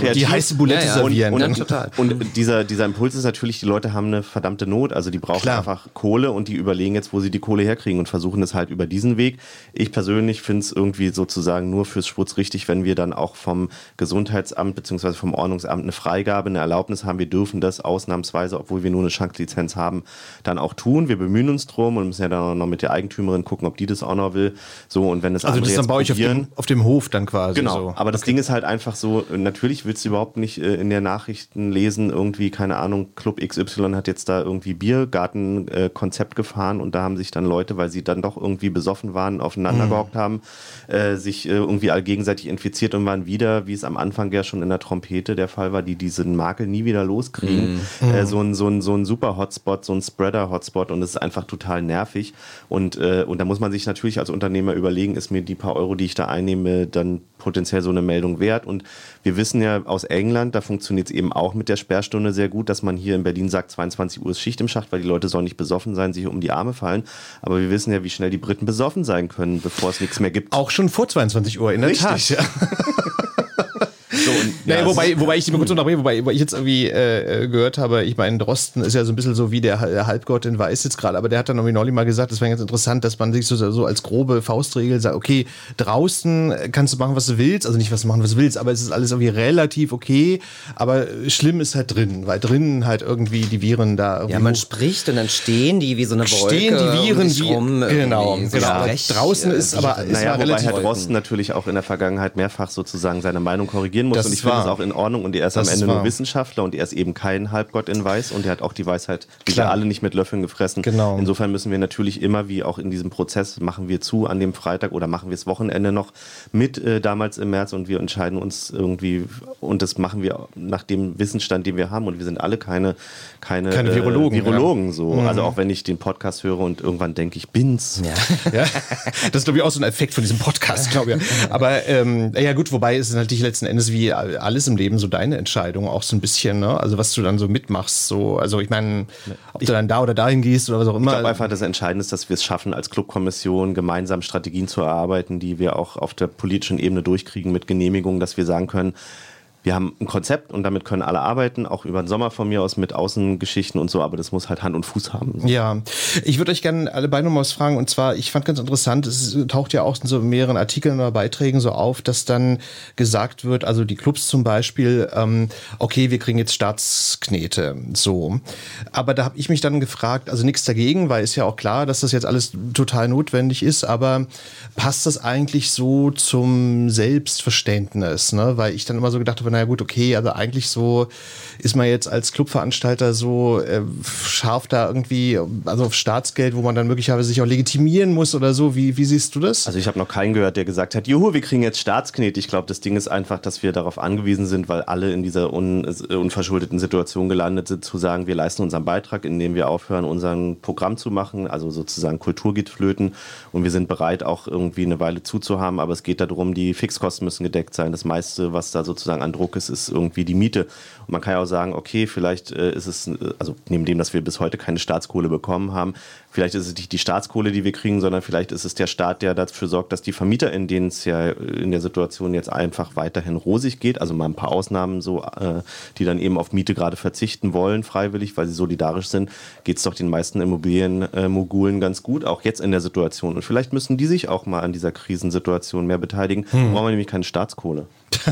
heiße Bulette servieren. Und dieser Impuls ist natürlich, die Leute haben eine verdammte Not, also die brauchen einfach Kohle und die überlegen jetzt, wo sie die Kohle herkriegen und versuchen es halt über diesen Weg. Ich persönlich finde es irgendwie sozusagen nur fürs Schwutz richtig, wenn wir dann auch vom Gesundheitsamt bzw. vom Ordnungsamt eine Freigabe, eine Erlaubnis haben. Wir dürfen das ausnahmsweise, obwohl wir nur eine Schanklizenz haben, dann auch tun. Wir bemühen uns drum und müssen ja dann auch noch mit der Eigentümerin gucken, ob die das auch noch will. So, und wenn das also das dann bei euch auf dem Hof dann quasi. Genau, so. Aber das Ding ist halt einfach so, natürlich willst du überhaupt nicht in der Nachrichten lesen, irgendwie, keine Ahnung, Club XY hat jetzt da irgendwie Biergarten-Konzept gefahren und da haben sich dann Leute, weil sie dann doch irgendwie besoffen waren, aufeinander gehockt haben, sich irgendwie alle gegenseitig infiziert und waren wieder, wie es am Anfang ja schon in der Trompete der Fall war, die diesen Makel nie wieder loskriegen. So ein super Hotspot, so ein Spreader-Hotspot und das ist einfach total nervig und da muss man sich natürlich als Unternehmer überlegen, ist mir die paar Euro, die ich da einnehme, dann potenziell so eine Meldung wert. Und wir wissen ja aus England, da funktioniert es eben auch mit der Sperrstunde sehr gut, dass man hier in Berlin sagt, 22 Uhr ist Schicht im Schacht, weil die Leute sollen nicht besoffen sein, sich um die Arme fallen. Aber wir wissen ja, wie schnell die Briten besoffen sein können, bevor es nichts mehr gibt. Auch schon vor 22 Uhr, in der Tat. Ja. So, naja, wobei ich jetzt irgendwie gehört habe, ich meine, Drosten ist ja so ein bisschen so wie der Halbgott in Weiß jetzt gerade, aber der hat dann irgendwie neulich mal gesagt, das wäre ganz interessant, dass man sich so als grobe Faustregel sagt, okay, draußen kannst du machen, was du willst, also nicht was du machen, was du willst, aber es ist alles irgendwie relativ okay, aber schlimm ist halt drin, weil drinnen halt irgendwie die Viren da irgendwie... Ja, man spricht und dann stehen die wie so eine Wolke. Stehen die Viren wie rum. Genau. Draußen ist aber... Naja, wobei Herr Drosten natürlich auch in der Vergangenheit mehrfach sozusagen seine Meinung korrigieren muss. Und ich finde es auch in Ordnung und er ist am Ende nur Wissenschaftler und er ist eben kein Halbgott in Weiß und er hat auch die Weisheit, wie wir alle nicht mit Löffeln gefressen. Genau. Insofern müssen wir natürlich immer, wie auch in diesem Prozess, machen wir zu an dem Freitag oder machen wir das Wochenende noch mit damals im März und wir entscheiden uns irgendwie und das machen wir nach dem Wissensstand, den wir haben und wir sind alle keine Virologen so. Also auch wenn ich den Podcast höre und irgendwann denke, ich bin's. Ja. Das ist glaube ich auch so ein Effekt von diesem Podcast, glaube ich. Aber ja gut, wobei es ist natürlich letzten Endes wie alles im Leben so deine Entscheidung auch so ein bisschen, ne? Also was du dann so mitmachst, so, also ich meine, ob du dann da oder dahin gehst oder was auch immer. Ich glaube einfach, das Entscheidende ist, dass wir es schaffen, als Clubkommission gemeinsam Strategien zu erarbeiten, die wir auch auf der politischen Ebene durchkriegen mit Genehmigung, dass wir sagen können, wir haben ein Konzept und damit können alle arbeiten, auch über den Sommer von mir aus mit Außengeschichten und so, aber das muss halt Hand und Fuß haben. So. Ja, ich würde euch gerne alle beide noch mal was fragen und zwar, ich fand ganz interessant, es taucht ja auch in so mehreren Artikeln oder Beiträgen so auf, dass dann gesagt wird, also die Clubs zum Beispiel, okay, wir kriegen jetzt Staatsknete, so. Aber da habe ich mich dann gefragt, also nichts dagegen, weil ist ja auch klar, dass das jetzt alles total notwendig ist, aber passt das eigentlich so zum Selbstverständnis, ne? Weil ich dann immer so gedacht habe, naja gut, okay, also eigentlich so ist man jetzt als Clubveranstalter so scharf da irgendwie, also auf Staatsgeld, wo man dann möglicherweise sich auch legitimieren muss oder so. Wie siehst du das? Also ich habe noch keinen gehört, der gesagt hat, juhu, wir kriegen jetzt Staatsknete. Ich glaube, das Ding ist einfach, dass wir darauf angewiesen sind, weil alle in dieser unverschuldeten Situation gelandet sind, zu sagen, wir leisten unseren Beitrag, indem wir aufhören, unser Programm zu machen, also sozusagen Kultur geht flöten und wir sind bereit, auch irgendwie eine Weile zuzuhaben, aber es geht darum, die Fixkosten müssen gedeckt sein. Das meiste, was da sozusagen an Druck ist irgendwie die Miete. Und man kann ja auch sagen, okay, vielleicht ist es, also neben dem, dass wir bis heute keine Staatskohle bekommen haben, vielleicht ist es nicht die Staatskohle, die wir kriegen, sondern vielleicht ist es der Staat, der dafür sorgt, dass die Vermieter, in denen es ja in der Situation jetzt einfach weiterhin rosig geht, also mal ein paar Ausnahmen so, die dann eben auf Miete gerade verzichten wollen, freiwillig, weil sie solidarisch sind, geht es doch den meisten Immobilienmogulen ganz gut, auch jetzt in der Situation. Und vielleicht müssen die sich auch mal an dieser Krisensituation mehr beteiligen. Brauchen wir nämlich keine Staatskohle.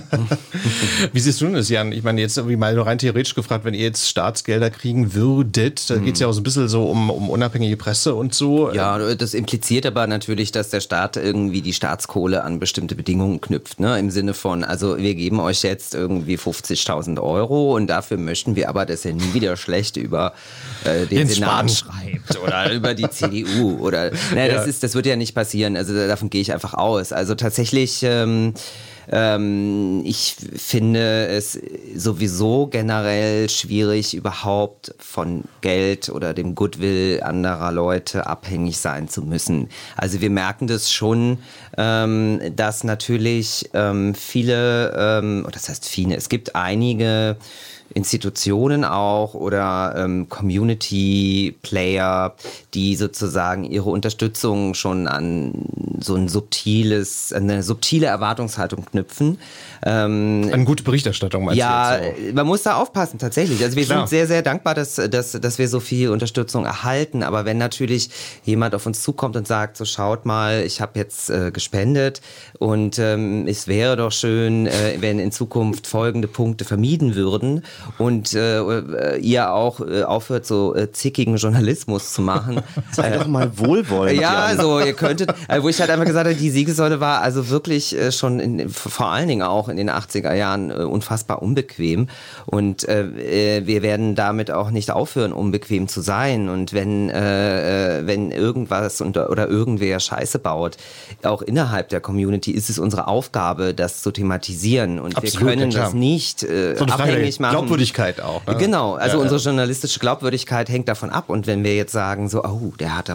Wie siehst du das, Jan? Ich meine, jetzt irgendwie mal nur rein theoretisch gefragt, wenn ihr jetzt Staatsgelder kriegen würdet, da geht es ja auch so ein bisschen so um unabhängige Presse und so. Ja, das impliziert aber natürlich, dass der Staat irgendwie die Staatskohle an bestimmte Bedingungen knüpft, ne? Im Sinne von, also wir geben euch jetzt irgendwie 50.000 Euro und dafür möchten wir aber, dass ihr nie wieder schlecht über den Senat schreibt oder über die CDU oder, ne, das wird ja nicht passieren, also davon gehe ich einfach aus. Also tatsächlich, ich finde es sowieso generell schwierig, überhaupt von Geld oder dem Goodwill anderer Leute abhängig sein zu müssen. Also wir merken das schon, dass natürlich viele, das heißt viele, es gibt einige Institutionen auch oder Community-Player, die sozusagen ihre Unterstützung schon an so eine subtile Erwartungshaltung knüpfen. Eine gute Berichterstattung meinst du jetzt so? Man muss da aufpassen, tatsächlich. Also wir sind sehr, sehr dankbar, dass wir so viel Unterstützung erhalten. Aber wenn natürlich jemand auf uns zukommt und sagt, so schaut mal, ich habe jetzt gespendet und es wäre doch schön, wenn in Zukunft folgende Punkte vermieden würden und ihr auch aufhört, so zickigen Journalismus zu machen. Sei doch mal wohlwollend. Ja, so ihr könntet, wo ich halt einfach gesagt habe, die Siegessäule war also wirklich schon vor allen Dingen auch in den 80er Jahren unfassbar unbequem und wir werden damit auch nicht aufhören, unbequem zu sein und wenn irgendwas oder irgendwer Scheiße baut, auch innerhalb der Community ist es unsere Aufgabe, das zu thematisieren und Absolut, wir können das nicht abhängig machen. Glaubwürdigkeit auch. Ne? Genau, also unsere journalistische Glaubwürdigkeit hängt davon ab und wenn wir jetzt sagen so, oh, der hat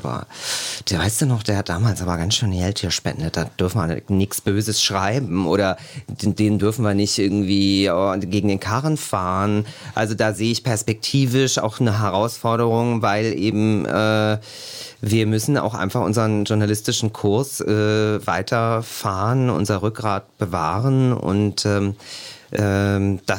damals aber ganz schön Geld hier spendet, da dürfen wir nichts Böses schreiben oder den dürfen wir nicht irgendwie gegen den Karren fahren. Also da sehe ich perspektivisch auch eine Herausforderung, weil eben wir müssen auch einfach unseren journalistischen Kurs weiterfahren, unser Rückgrat bewahren und da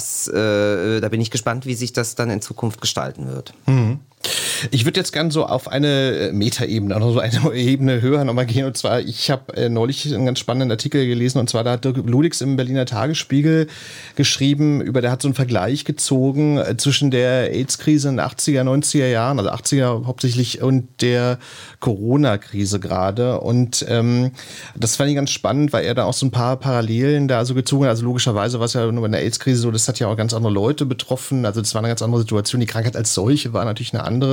bin ich gespannt, wie sich das dann in Zukunft gestalten wird. Mhm. Ich würde jetzt gern so auf eine Metaebene, also so eine Ebene höher nochmal gehen. Und zwar, ich habe neulich einen ganz spannenden Artikel gelesen. Und zwar, da hat Dirk Ludix im Berliner Tagesspiegel geschrieben, der hat so einen Vergleich gezogen zwischen der AIDS-Krise in den 80er, 90er Jahren, also 80er hauptsächlich, und der Corona-Krise gerade. Und das fand ich ganz spannend, weil er da auch so ein paar Parallelen da so gezogen hat. Also logischerweise war es ja nur bei der AIDS-Krise so, das hat ja auch ganz andere Leute betroffen. Also das war eine ganz andere Situation. Die Krankheit als solche war natürlich eine andere.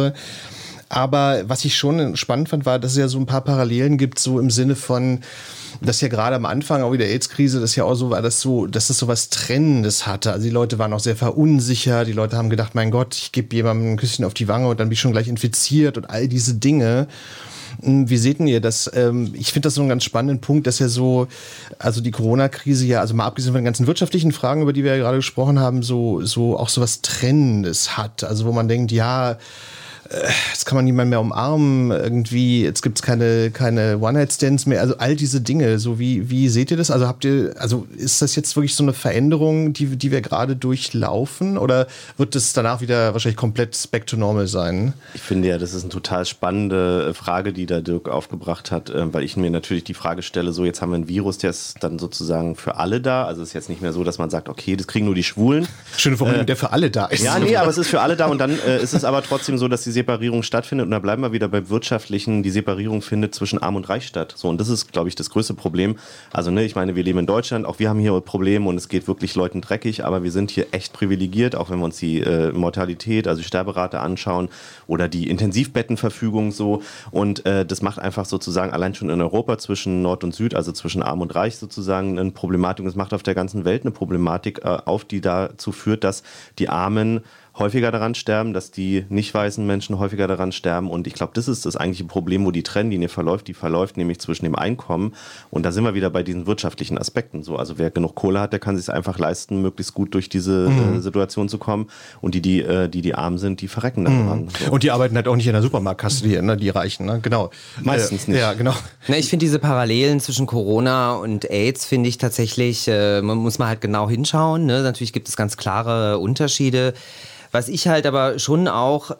Aber was ich schon spannend fand, war, dass es ja so ein paar Parallelen gibt, so im Sinne von, dass ja gerade am Anfang auch wieder der AIDS-Krise, das ja auch so war, dass es so was Trennendes hatte. Also die Leute waren auch sehr verunsichert, die Leute haben gedacht, mein Gott, ich gebe jemandem ein Küsschen auf die Wange und dann bin ich schon gleich infiziert und all diese Dinge. Wie seht ihr das? Ich finde das so einen ganz spannenden Punkt, dass ja so, also die Corona-Krise ja, also mal abgesehen von den ganzen wirtschaftlichen Fragen, über die wir ja gerade gesprochen haben, so auch so was Trennendes hat. Also wo man denkt, ja, jetzt kann man niemanden mehr umarmen, irgendwie, jetzt gibt's keine One-Night-Stands mehr, also all diese Dinge, so wie seht ihr das? Also ist das jetzt wirklich so eine Veränderung, die wir gerade durchlaufen, oder wird das danach wieder wahrscheinlich komplett back to normal sein? Ich finde ja, das ist eine total spannende Frage, die da Dirk aufgebracht hat, weil ich mir natürlich die Frage stelle, so jetzt haben wir einen Virus, der ist dann sozusagen für alle da, also es ist jetzt nicht mehr so, dass man sagt, okay, das kriegen nur die Schwulen. Schöne Formulierung, der für alle da ist. Ja, nee, aber es ist für alle da und dann ist es aber trotzdem so, dass die Separierung stattfindet und da bleiben wir wieder beim Wirtschaftlichen, die Separierung findet zwischen Arm und Reich statt. So, und das ist, glaube ich, das größte Problem. Also, ich meine, wir leben in Deutschland, auch wir haben hier Probleme und es geht wirklich Leuten dreckig, aber wir sind hier echt privilegiert, auch wenn wir uns die Mortalität, also die Sterberate anschauen oder die Intensivbettenverfügung so, und das macht einfach sozusagen allein schon in Europa zwischen Nord und Süd, also zwischen Arm und Reich sozusagen eine Problematik, und es macht auf der ganzen Welt eine Problematik auf, die dazu führt, dass die Armen häufiger daran sterben, dass die nicht weißen Menschen häufiger daran sterben, und ich glaube, das ist das eigentliche Problem, wo die Trennlinie verläuft, nämlich zwischen dem Einkommen, und da sind wir wieder bei diesen wirtschaftlichen Aspekten so, also wer genug Kohle hat, der kann es sich einfach leisten, möglichst gut durch diese Situation zu kommen, und die arm sind, die verrecken dann dran. So. Und die arbeiten halt auch nicht in der Supermarktkasse, die Reichen, ne? Genau. Meistens nicht. Ja, genau. Na, ich finde diese Parallelen zwischen Corona und AIDS, finde ich tatsächlich, muss man halt genau hinschauen, ne? Natürlich gibt es ganz klare Unterschiede. Was ich halt aber schon auch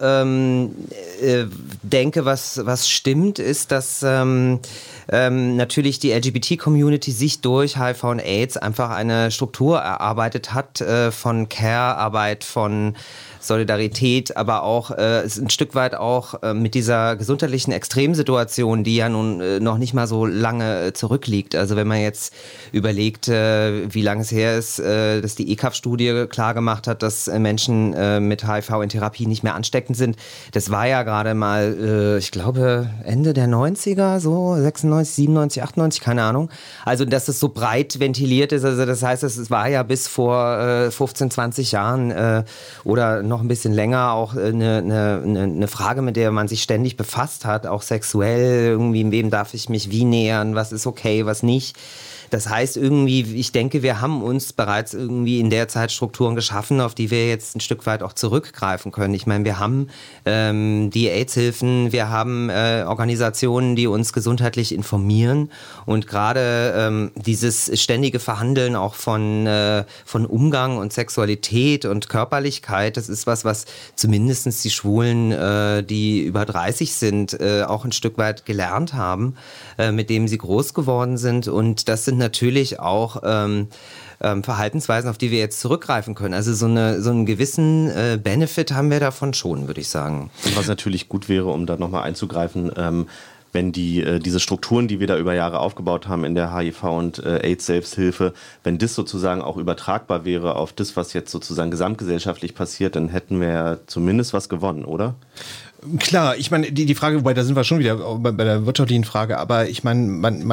denke, was stimmt, ist, dass natürlich die LGBT-Community sich durch HIV und AIDS einfach eine Struktur erarbeitet hat von Care-Arbeit, von Solidarität, aber auch ein Stück weit auch mit dieser gesundheitlichen Extremsituation, die ja nun noch nicht mal so lange zurückliegt. Also wenn man jetzt überlegt, wie lange es her ist, dass die ECAF-Studie klar gemacht hat, dass Menschen mit HIV in Therapie nicht mehr ansteckend sind. Das war ja gerade mal, ich glaube, Ende der 90er, so 96, 97, 98, keine Ahnung. Also dass es so breit ventiliert ist, also das heißt, es war ja bis vor 15, 20 Jahren oder noch ein bisschen länger auch eine Frage, mit der man sich ständig befasst hat, auch sexuell, irgendwie, wem darf ich mich wie nähern, was ist okay, was nicht. Das heißt irgendwie, ich denke, wir haben uns bereits irgendwie in der Zeit Strukturen geschaffen, auf die wir jetzt ein Stück weit auch zurückgreifen können. Ich meine, wir haben die AIDS-Hilfen, wir haben Organisationen, die uns gesundheitlich informieren und gerade dieses ständige Verhandeln auch von Umgang und Sexualität und Körperlichkeit, das ist was zumindest die Schwulen, die über 30 sind, auch ein Stück weit gelernt haben, mit dem sie groß geworden sind. Und das sind natürlich auch Verhaltensweisen, auf die wir jetzt zurückgreifen können. Also so einen gewissen Benefit haben wir davon schon, würde ich sagen. Was natürlich gut wäre, um da nochmal einzugreifen, wenn diese Strukturen, die wir da über Jahre aufgebaut haben in der HIV- und AIDS-Selbsthilfe, wenn das sozusagen auch übertragbar wäre auf das, was jetzt sozusagen gesamtgesellschaftlich passiert, dann hätten wir ja zumindest was gewonnen, oder? Klar, ich meine, die Frage, wobei da sind wir schon wieder bei der wirtschaftlichen Frage, aber ich meine,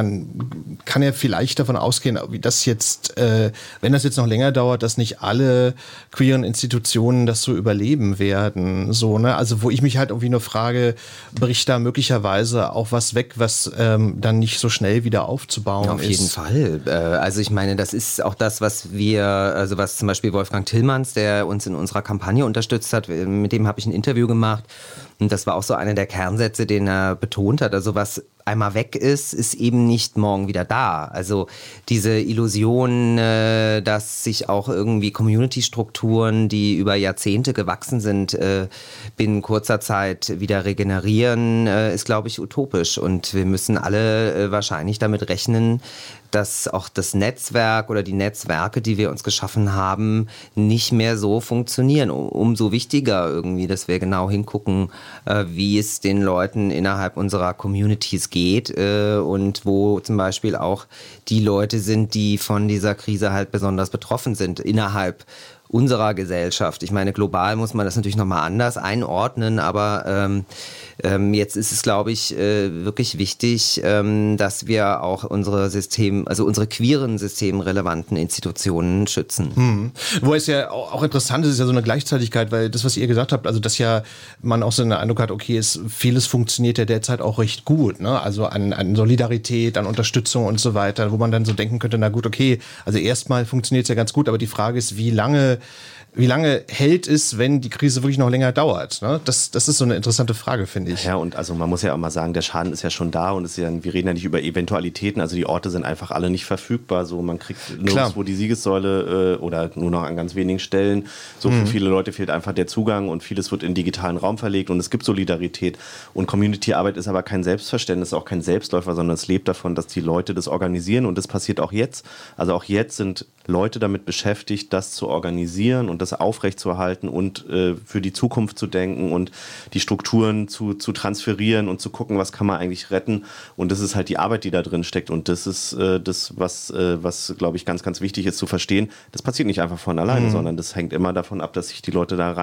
man kann ja vielleicht davon ausgehen, wie das jetzt, wenn das jetzt noch länger dauert, dass nicht alle queeren Institutionen das so überleben werden, so, ne? Also wo ich mich halt irgendwie nur frage, bricht da möglicherweise auch was weg, was dann nicht so schnell wieder aufzubauen ist? Auf jeden Fall. Also ich meine, das ist auch das, was zum Beispiel Wolfgang Tillmanns, der uns in unserer Kampagne unterstützt hat, mit dem habe ich ein Interview gemacht. Und das war auch so einer der Kernsätze, den er betont hat. Also was einmal weg ist, ist eben nicht morgen wieder da. Also diese Illusion, dass sich auch irgendwie Community-Strukturen, die über Jahrzehnte gewachsen sind, binnen kurzer Zeit wieder regenerieren, ist, glaube ich, utopisch. Und wir müssen alle wahrscheinlich damit rechnen, dass auch das Netzwerk oder die Netzwerke, die wir uns geschaffen haben, nicht mehr so funktionieren. Umso wichtiger irgendwie, dass wir genau hingucken, wie es den Leuten innerhalb unserer Communities geht und wo zum Beispiel auch die Leute sind, die von dieser Krise halt besonders betroffen sind innerhalb unserer Gesellschaft. Ich meine, global muss man das natürlich nochmal anders einordnen, aber jetzt ist es, glaube ich, wirklich wichtig, dass wir auch unsere queeren systemrelevanten Institutionen schützen. Wo es ja auch interessant ist ja so eine Gleichzeitigkeit, weil das, was ihr gesagt habt, also dass ja man auch so einen Eindruck hat, okay, vieles funktioniert ja derzeit auch recht gut, ne? Also an Solidarität, an Unterstützung und so weiter, wo man dann so denken könnte, na gut, okay, also erstmal funktioniert es ja ganz gut, aber die Frage ist, wie lange hält es, wenn die Krise wirklich noch länger dauert? Ne? Das ist so eine interessante Frage, finde ich. Ja, und also man muss ja auch mal sagen, der Schaden ist ja schon da und wir reden ja nicht über Eventualitäten, also die Orte sind einfach alle nicht verfügbar. So, man kriegt nirgendwo die Siegessäule oder nur noch an ganz wenigen Stellen. So für viele Leute fehlt einfach der Zugang und vieles wird in digitalen Raum verlegt und es gibt Solidarität. Und Community-Arbeit ist aber kein Selbstverständnis, auch kein Selbstläufer, sondern es lebt davon, dass die Leute das organisieren und das passiert auch jetzt. Also auch jetzt sind Leute damit beschäftigt, das zu organisieren und das aufrechtzuerhalten und für die Zukunft zu denken und die Strukturen zu transferieren und zu gucken, was kann man eigentlich retten. Und das ist halt die Arbeit, die da drin steckt. Und das ist das, was glaube ich, ganz, ganz wichtig ist zu verstehen. Das passiert nicht einfach von alleine, sondern das hängt immer davon ab, dass sich die Leute da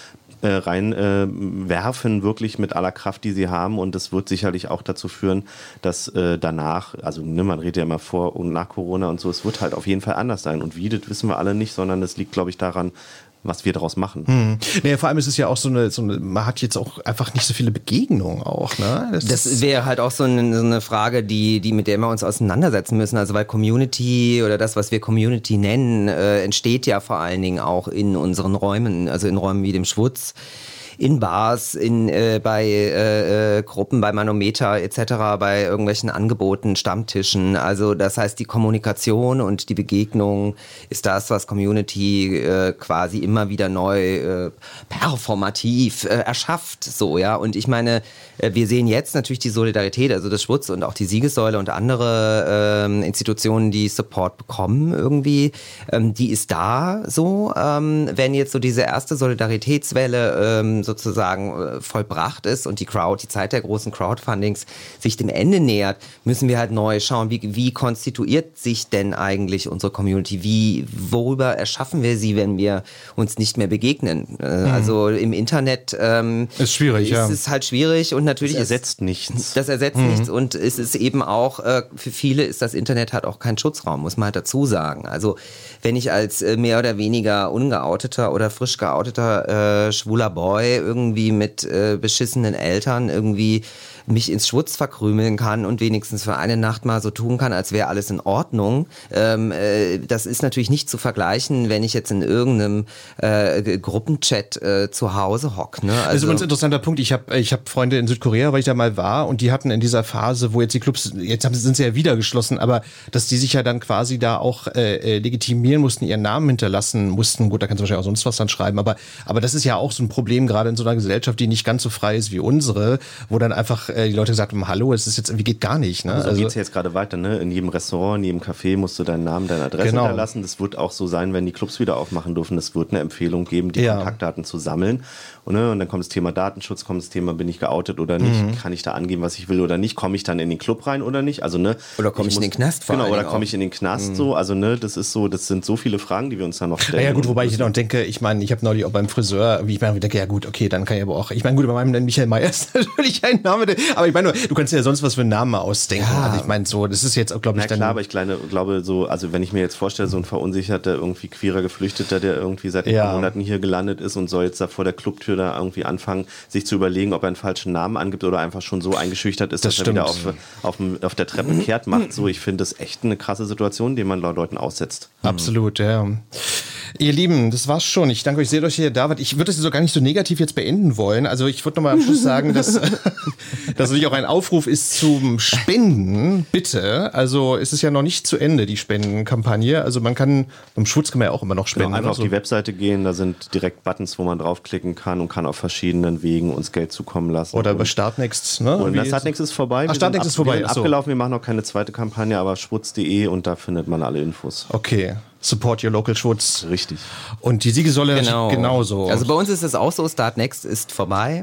reinwerfen, wirklich mit aller Kraft, die sie haben. Und das wird sicherlich auch dazu führen, dass danach, also man redet ja immer vor und nach Corona und so, es wird halt auf jeden Fall anders sein. Und wie, das wissen wir alle nicht, sondern es liegt, glaube ich, daran, was wir daraus machen. Naja, vor allem ist es ja auch so eine, man hat jetzt auch einfach nicht so viele Begegnungen auch, ne? Das wäre halt auch so eine Frage, mit der wir uns auseinandersetzen müssen. Also weil Community oder das, was wir Community nennen, entsteht ja vor allen Dingen auch in unseren Räumen, also in Räumen wie dem Schwutz, in Bars, bei Gruppen, bei Manometer etc., bei irgendwelchen Angeboten, Stammtischen. Also das heißt, die Kommunikation und die Begegnung ist das, was Community quasi immer wieder neu performativ erschafft. So, ja. Und ich meine, wir sehen jetzt natürlich die Solidarität, also das Schwutz und auch die Siegessäule und andere Institutionen, die Support bekommen irgendwie, die ist da so. Wenn jetzt so diese erste Solidaritätswelle sozusagen vollbracht ist und die Zeit der großen Crowdfundings sich dem Ende nähert, müssen wir halt neu schauen, wie konstituiert sich denn eigentlich unsere Community? Worüber erschaffen wir sie, wenn wir uns nicht mehr begegnen? Also im Internet ist schwierig, ist es halt schwierig und natürlich das ersetzt nichts. Das ersetzt nichts und es ist eben auch, für viele ist das Internet halt auch kein Schutzraum, muss man halt dazu sagen. Also wenn ich als mehr oder weniger ungeouteter oder frisch geouteter schwuler Boy irgendwie mit beschissenen Eltern irgendwie mich ins Schwutz verkrümeln kann und wenigstens für eine Nacht mal so tun kann, als wäre alles in Ordnung. Das ist natürlich nicht zu vergleichen, wenn ich jetzt in irgendeinem Gruppenchat zu Hause hocke. Ne? Das ist übrigens ein interessanter Punkt. Ich hab Freunde in Südkorea, weil ich da mal war, und die hatten in dieser Phase, wo jetzt die Clubs, sind sie ja wieder geschlossen, aber dass die sich ja dann quasi da auch legitimieren mussten, ihren Namen hinterlassen mussten. Gut, da kannst du wahrscheinlich auch sonst was dann schreiben, aber das ist ja auch so ein Problem, gerade in so einer Gesellschaft, die nicht ganz so frei ist wie unsere, wo dann einfach die Leute gesagt haben, hallo, es ist jetzt irgendwie geht gar nicht. Ne? Also geht's jetzt gerade weiter, ne? In jedem Restaurant, in jedem Café musst du deinen Namen, deine Adresse hinterlassen. Das wird auch so sein, wenn die Clubs wieder aufmachen dürfen. Es wird eine Empfehlung geben, die Kontaktdaten zu sammeln. Und dann kommt das Thema Datenschutz, kommt das Thema, bin ich geoutet oder nicht, kann ich da angeben, was ich will oder nicht, komme ich dann in den Club rein oder nicht, also ne. Oder komme ich in den Knast vor? Genau, oder komme ich in den Knast so, also ne, das sind so viele Fragen, die wir uns da noch stellen. Ja gut, wobei ich dann auch denke, ich meine, ich habe neulich auch beim Friseur, wie ich mir denke, ja gut, okay, dann kann ich aber auch, ich meine, gut, bei meinem Michael Mayer ist natürlich ein Name, aber ich meine, du kannst dir ja sonst was für einen Namen mal ausdenken, also ich meine so, das ist jetzt auch, glaube ich, dann... Na klar, aber ich glaube so, also wenn ich mir jetzt vorstelle, so ein verunsicherter, irgendwie queerer Geflüchteter, der irgendwie seit ein paar Monaten hier gelandet ist und soll jetzt da vor der Clubtür da irgendwie anfangen, sich zu überlegen, ob er einen falschen Namen angibt oder einfach schon so eingeschüchtert ist, dass er wieder auf der Treppe kehrt macht. So, ich finde das echt eine krasse Situation, die man Leuten aussetzt. Absolut, ja. Ihr Lieben, das war's schon. Ich danke euch sehr, dass ihr da wart. Ich würde das so gar nicht so negativ jetzt beenden wollen. Also ich würde nochmal am Schluss sagen, dass natürlich auch ein Aufruf ist zum Spenden. Bitte. Also es ist ja noch nicht zu Ende, die Spendenkampagne. Also man kann, beim Schwutz kann man ja auch immer noch spenden. Genau, einfach auf die Webseite gehen, da sind direkt Buttons, wo man draufklicken kann und kann auf verschiedenen Wegen uns Geld zukommen lassen. Oder über Startnext, ne? Und Startnext ist vorbei. Startnext ist vorbei. Wir sind abgelaufen, wir machen noch keine zweite Kampagne, aber schwutz.de und da findet man alle Infos. Okay. Support your local Schwutz. Richtig. Und die Siegessäule genauso. Also bei uns ist es auch so, Startnext ist vorbei.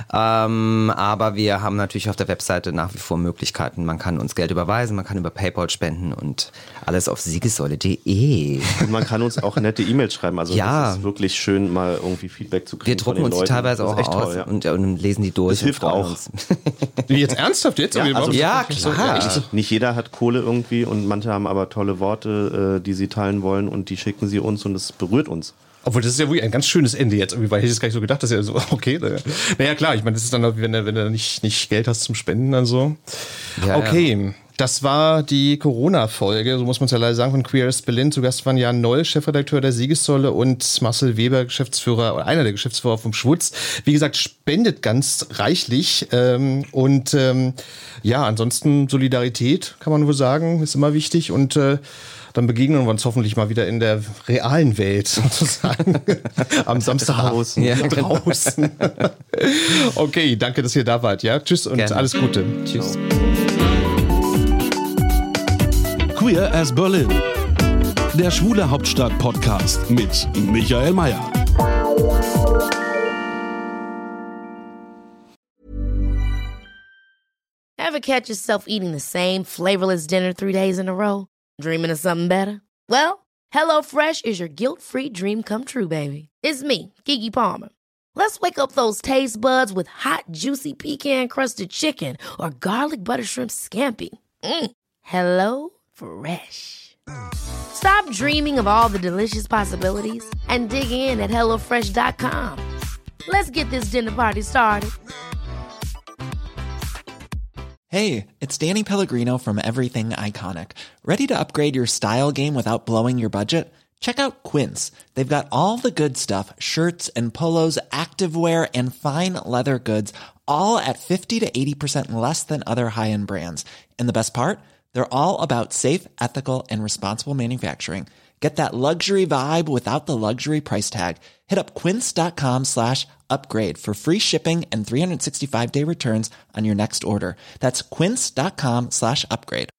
Aber wir haben natürlich auf der Webseite nach wie vor Möglichkeiten. Man kann uns Geld überweisen, man kann über PayPal spenden und alles auf siegessäule.de. Und man kann uns auch nette E-Mails schreiben. Also das ist wirklich schön, mal irgendwie Feedback zu kriegen. Wir drucken uns die teilweise auch aus und lesen die durch. Das hilft auch. Wie jetzt ernsthaft jetzt? Ja, klar. Nicht jeder hat Kohle irgendwie und manche haben aber tolle Worte, die sie teilen wollen und die schicken sie uns und es berührt uns. Obwohl, das ist ja wirklich ein ganz schönes Ende jetzt, irgendwie, weil ich das gar nicht so gedacht, dass ja so, okay. Naja, klar, ich meine, das ist dann, wenn du nicht Geld hast zum Spenden, dann so. Ja, okay, das war die Corona-Folge, so muss man es ja leider sagen, von Queer as Berlin. Zu Gast waren Jan Noll, Chefredakteur der Siegessäule, und Marcel Weber, Geschäftsführer, oder einer der Geschäftsführer vom Schwutz. Wie gesagt, spendet ganz reichlich. Ansonsten Solidarität, kann man wohl sagen, ist immer wichtig. Und dann begegnen wir uns hoffentlich mal wieder in der realen Welt, sozusagen. Am Samstag draußen. Ja, draußen. Okay, danke, dass ihr da wart. Ja, tschüss und gerne. Alles Gute. Tschüss. Queer as Berlin. Der Schwule Hauptstadt Podcast mit Michael Mayer. Ever catch yourself eating the same flavorless dinner 3 days in a row? Dreaming of something better? Well, HelloFresh is your guilt-free dream come true, baby. It's me, Keke Palmer. Let's wake up those taste buds with hot, juicy pecan-crusted chicken or garlic butter shrimp scampi. Hello Fresh. Stop dreaming of all the delicious possibilities and dig in at HelloFresh.com. Let's get this dinner party started. Hey, it's Danny Pellegrino from Everything Iconic. Ready to upgrade your style game without blowing your budget? Check out Quince. They've got all the good stuff, shirts and polos, activewear, and fine leather goods, all at 50 to 80% less than other high-end brands. And the best part? They're all about safe, ethical, and responsible manufacturing. Get that luxury vibe without the luxury price tag. Hit up quince.com/upgrade for free shipping and 365-day returns on your next order. That's quince.com/upgrade.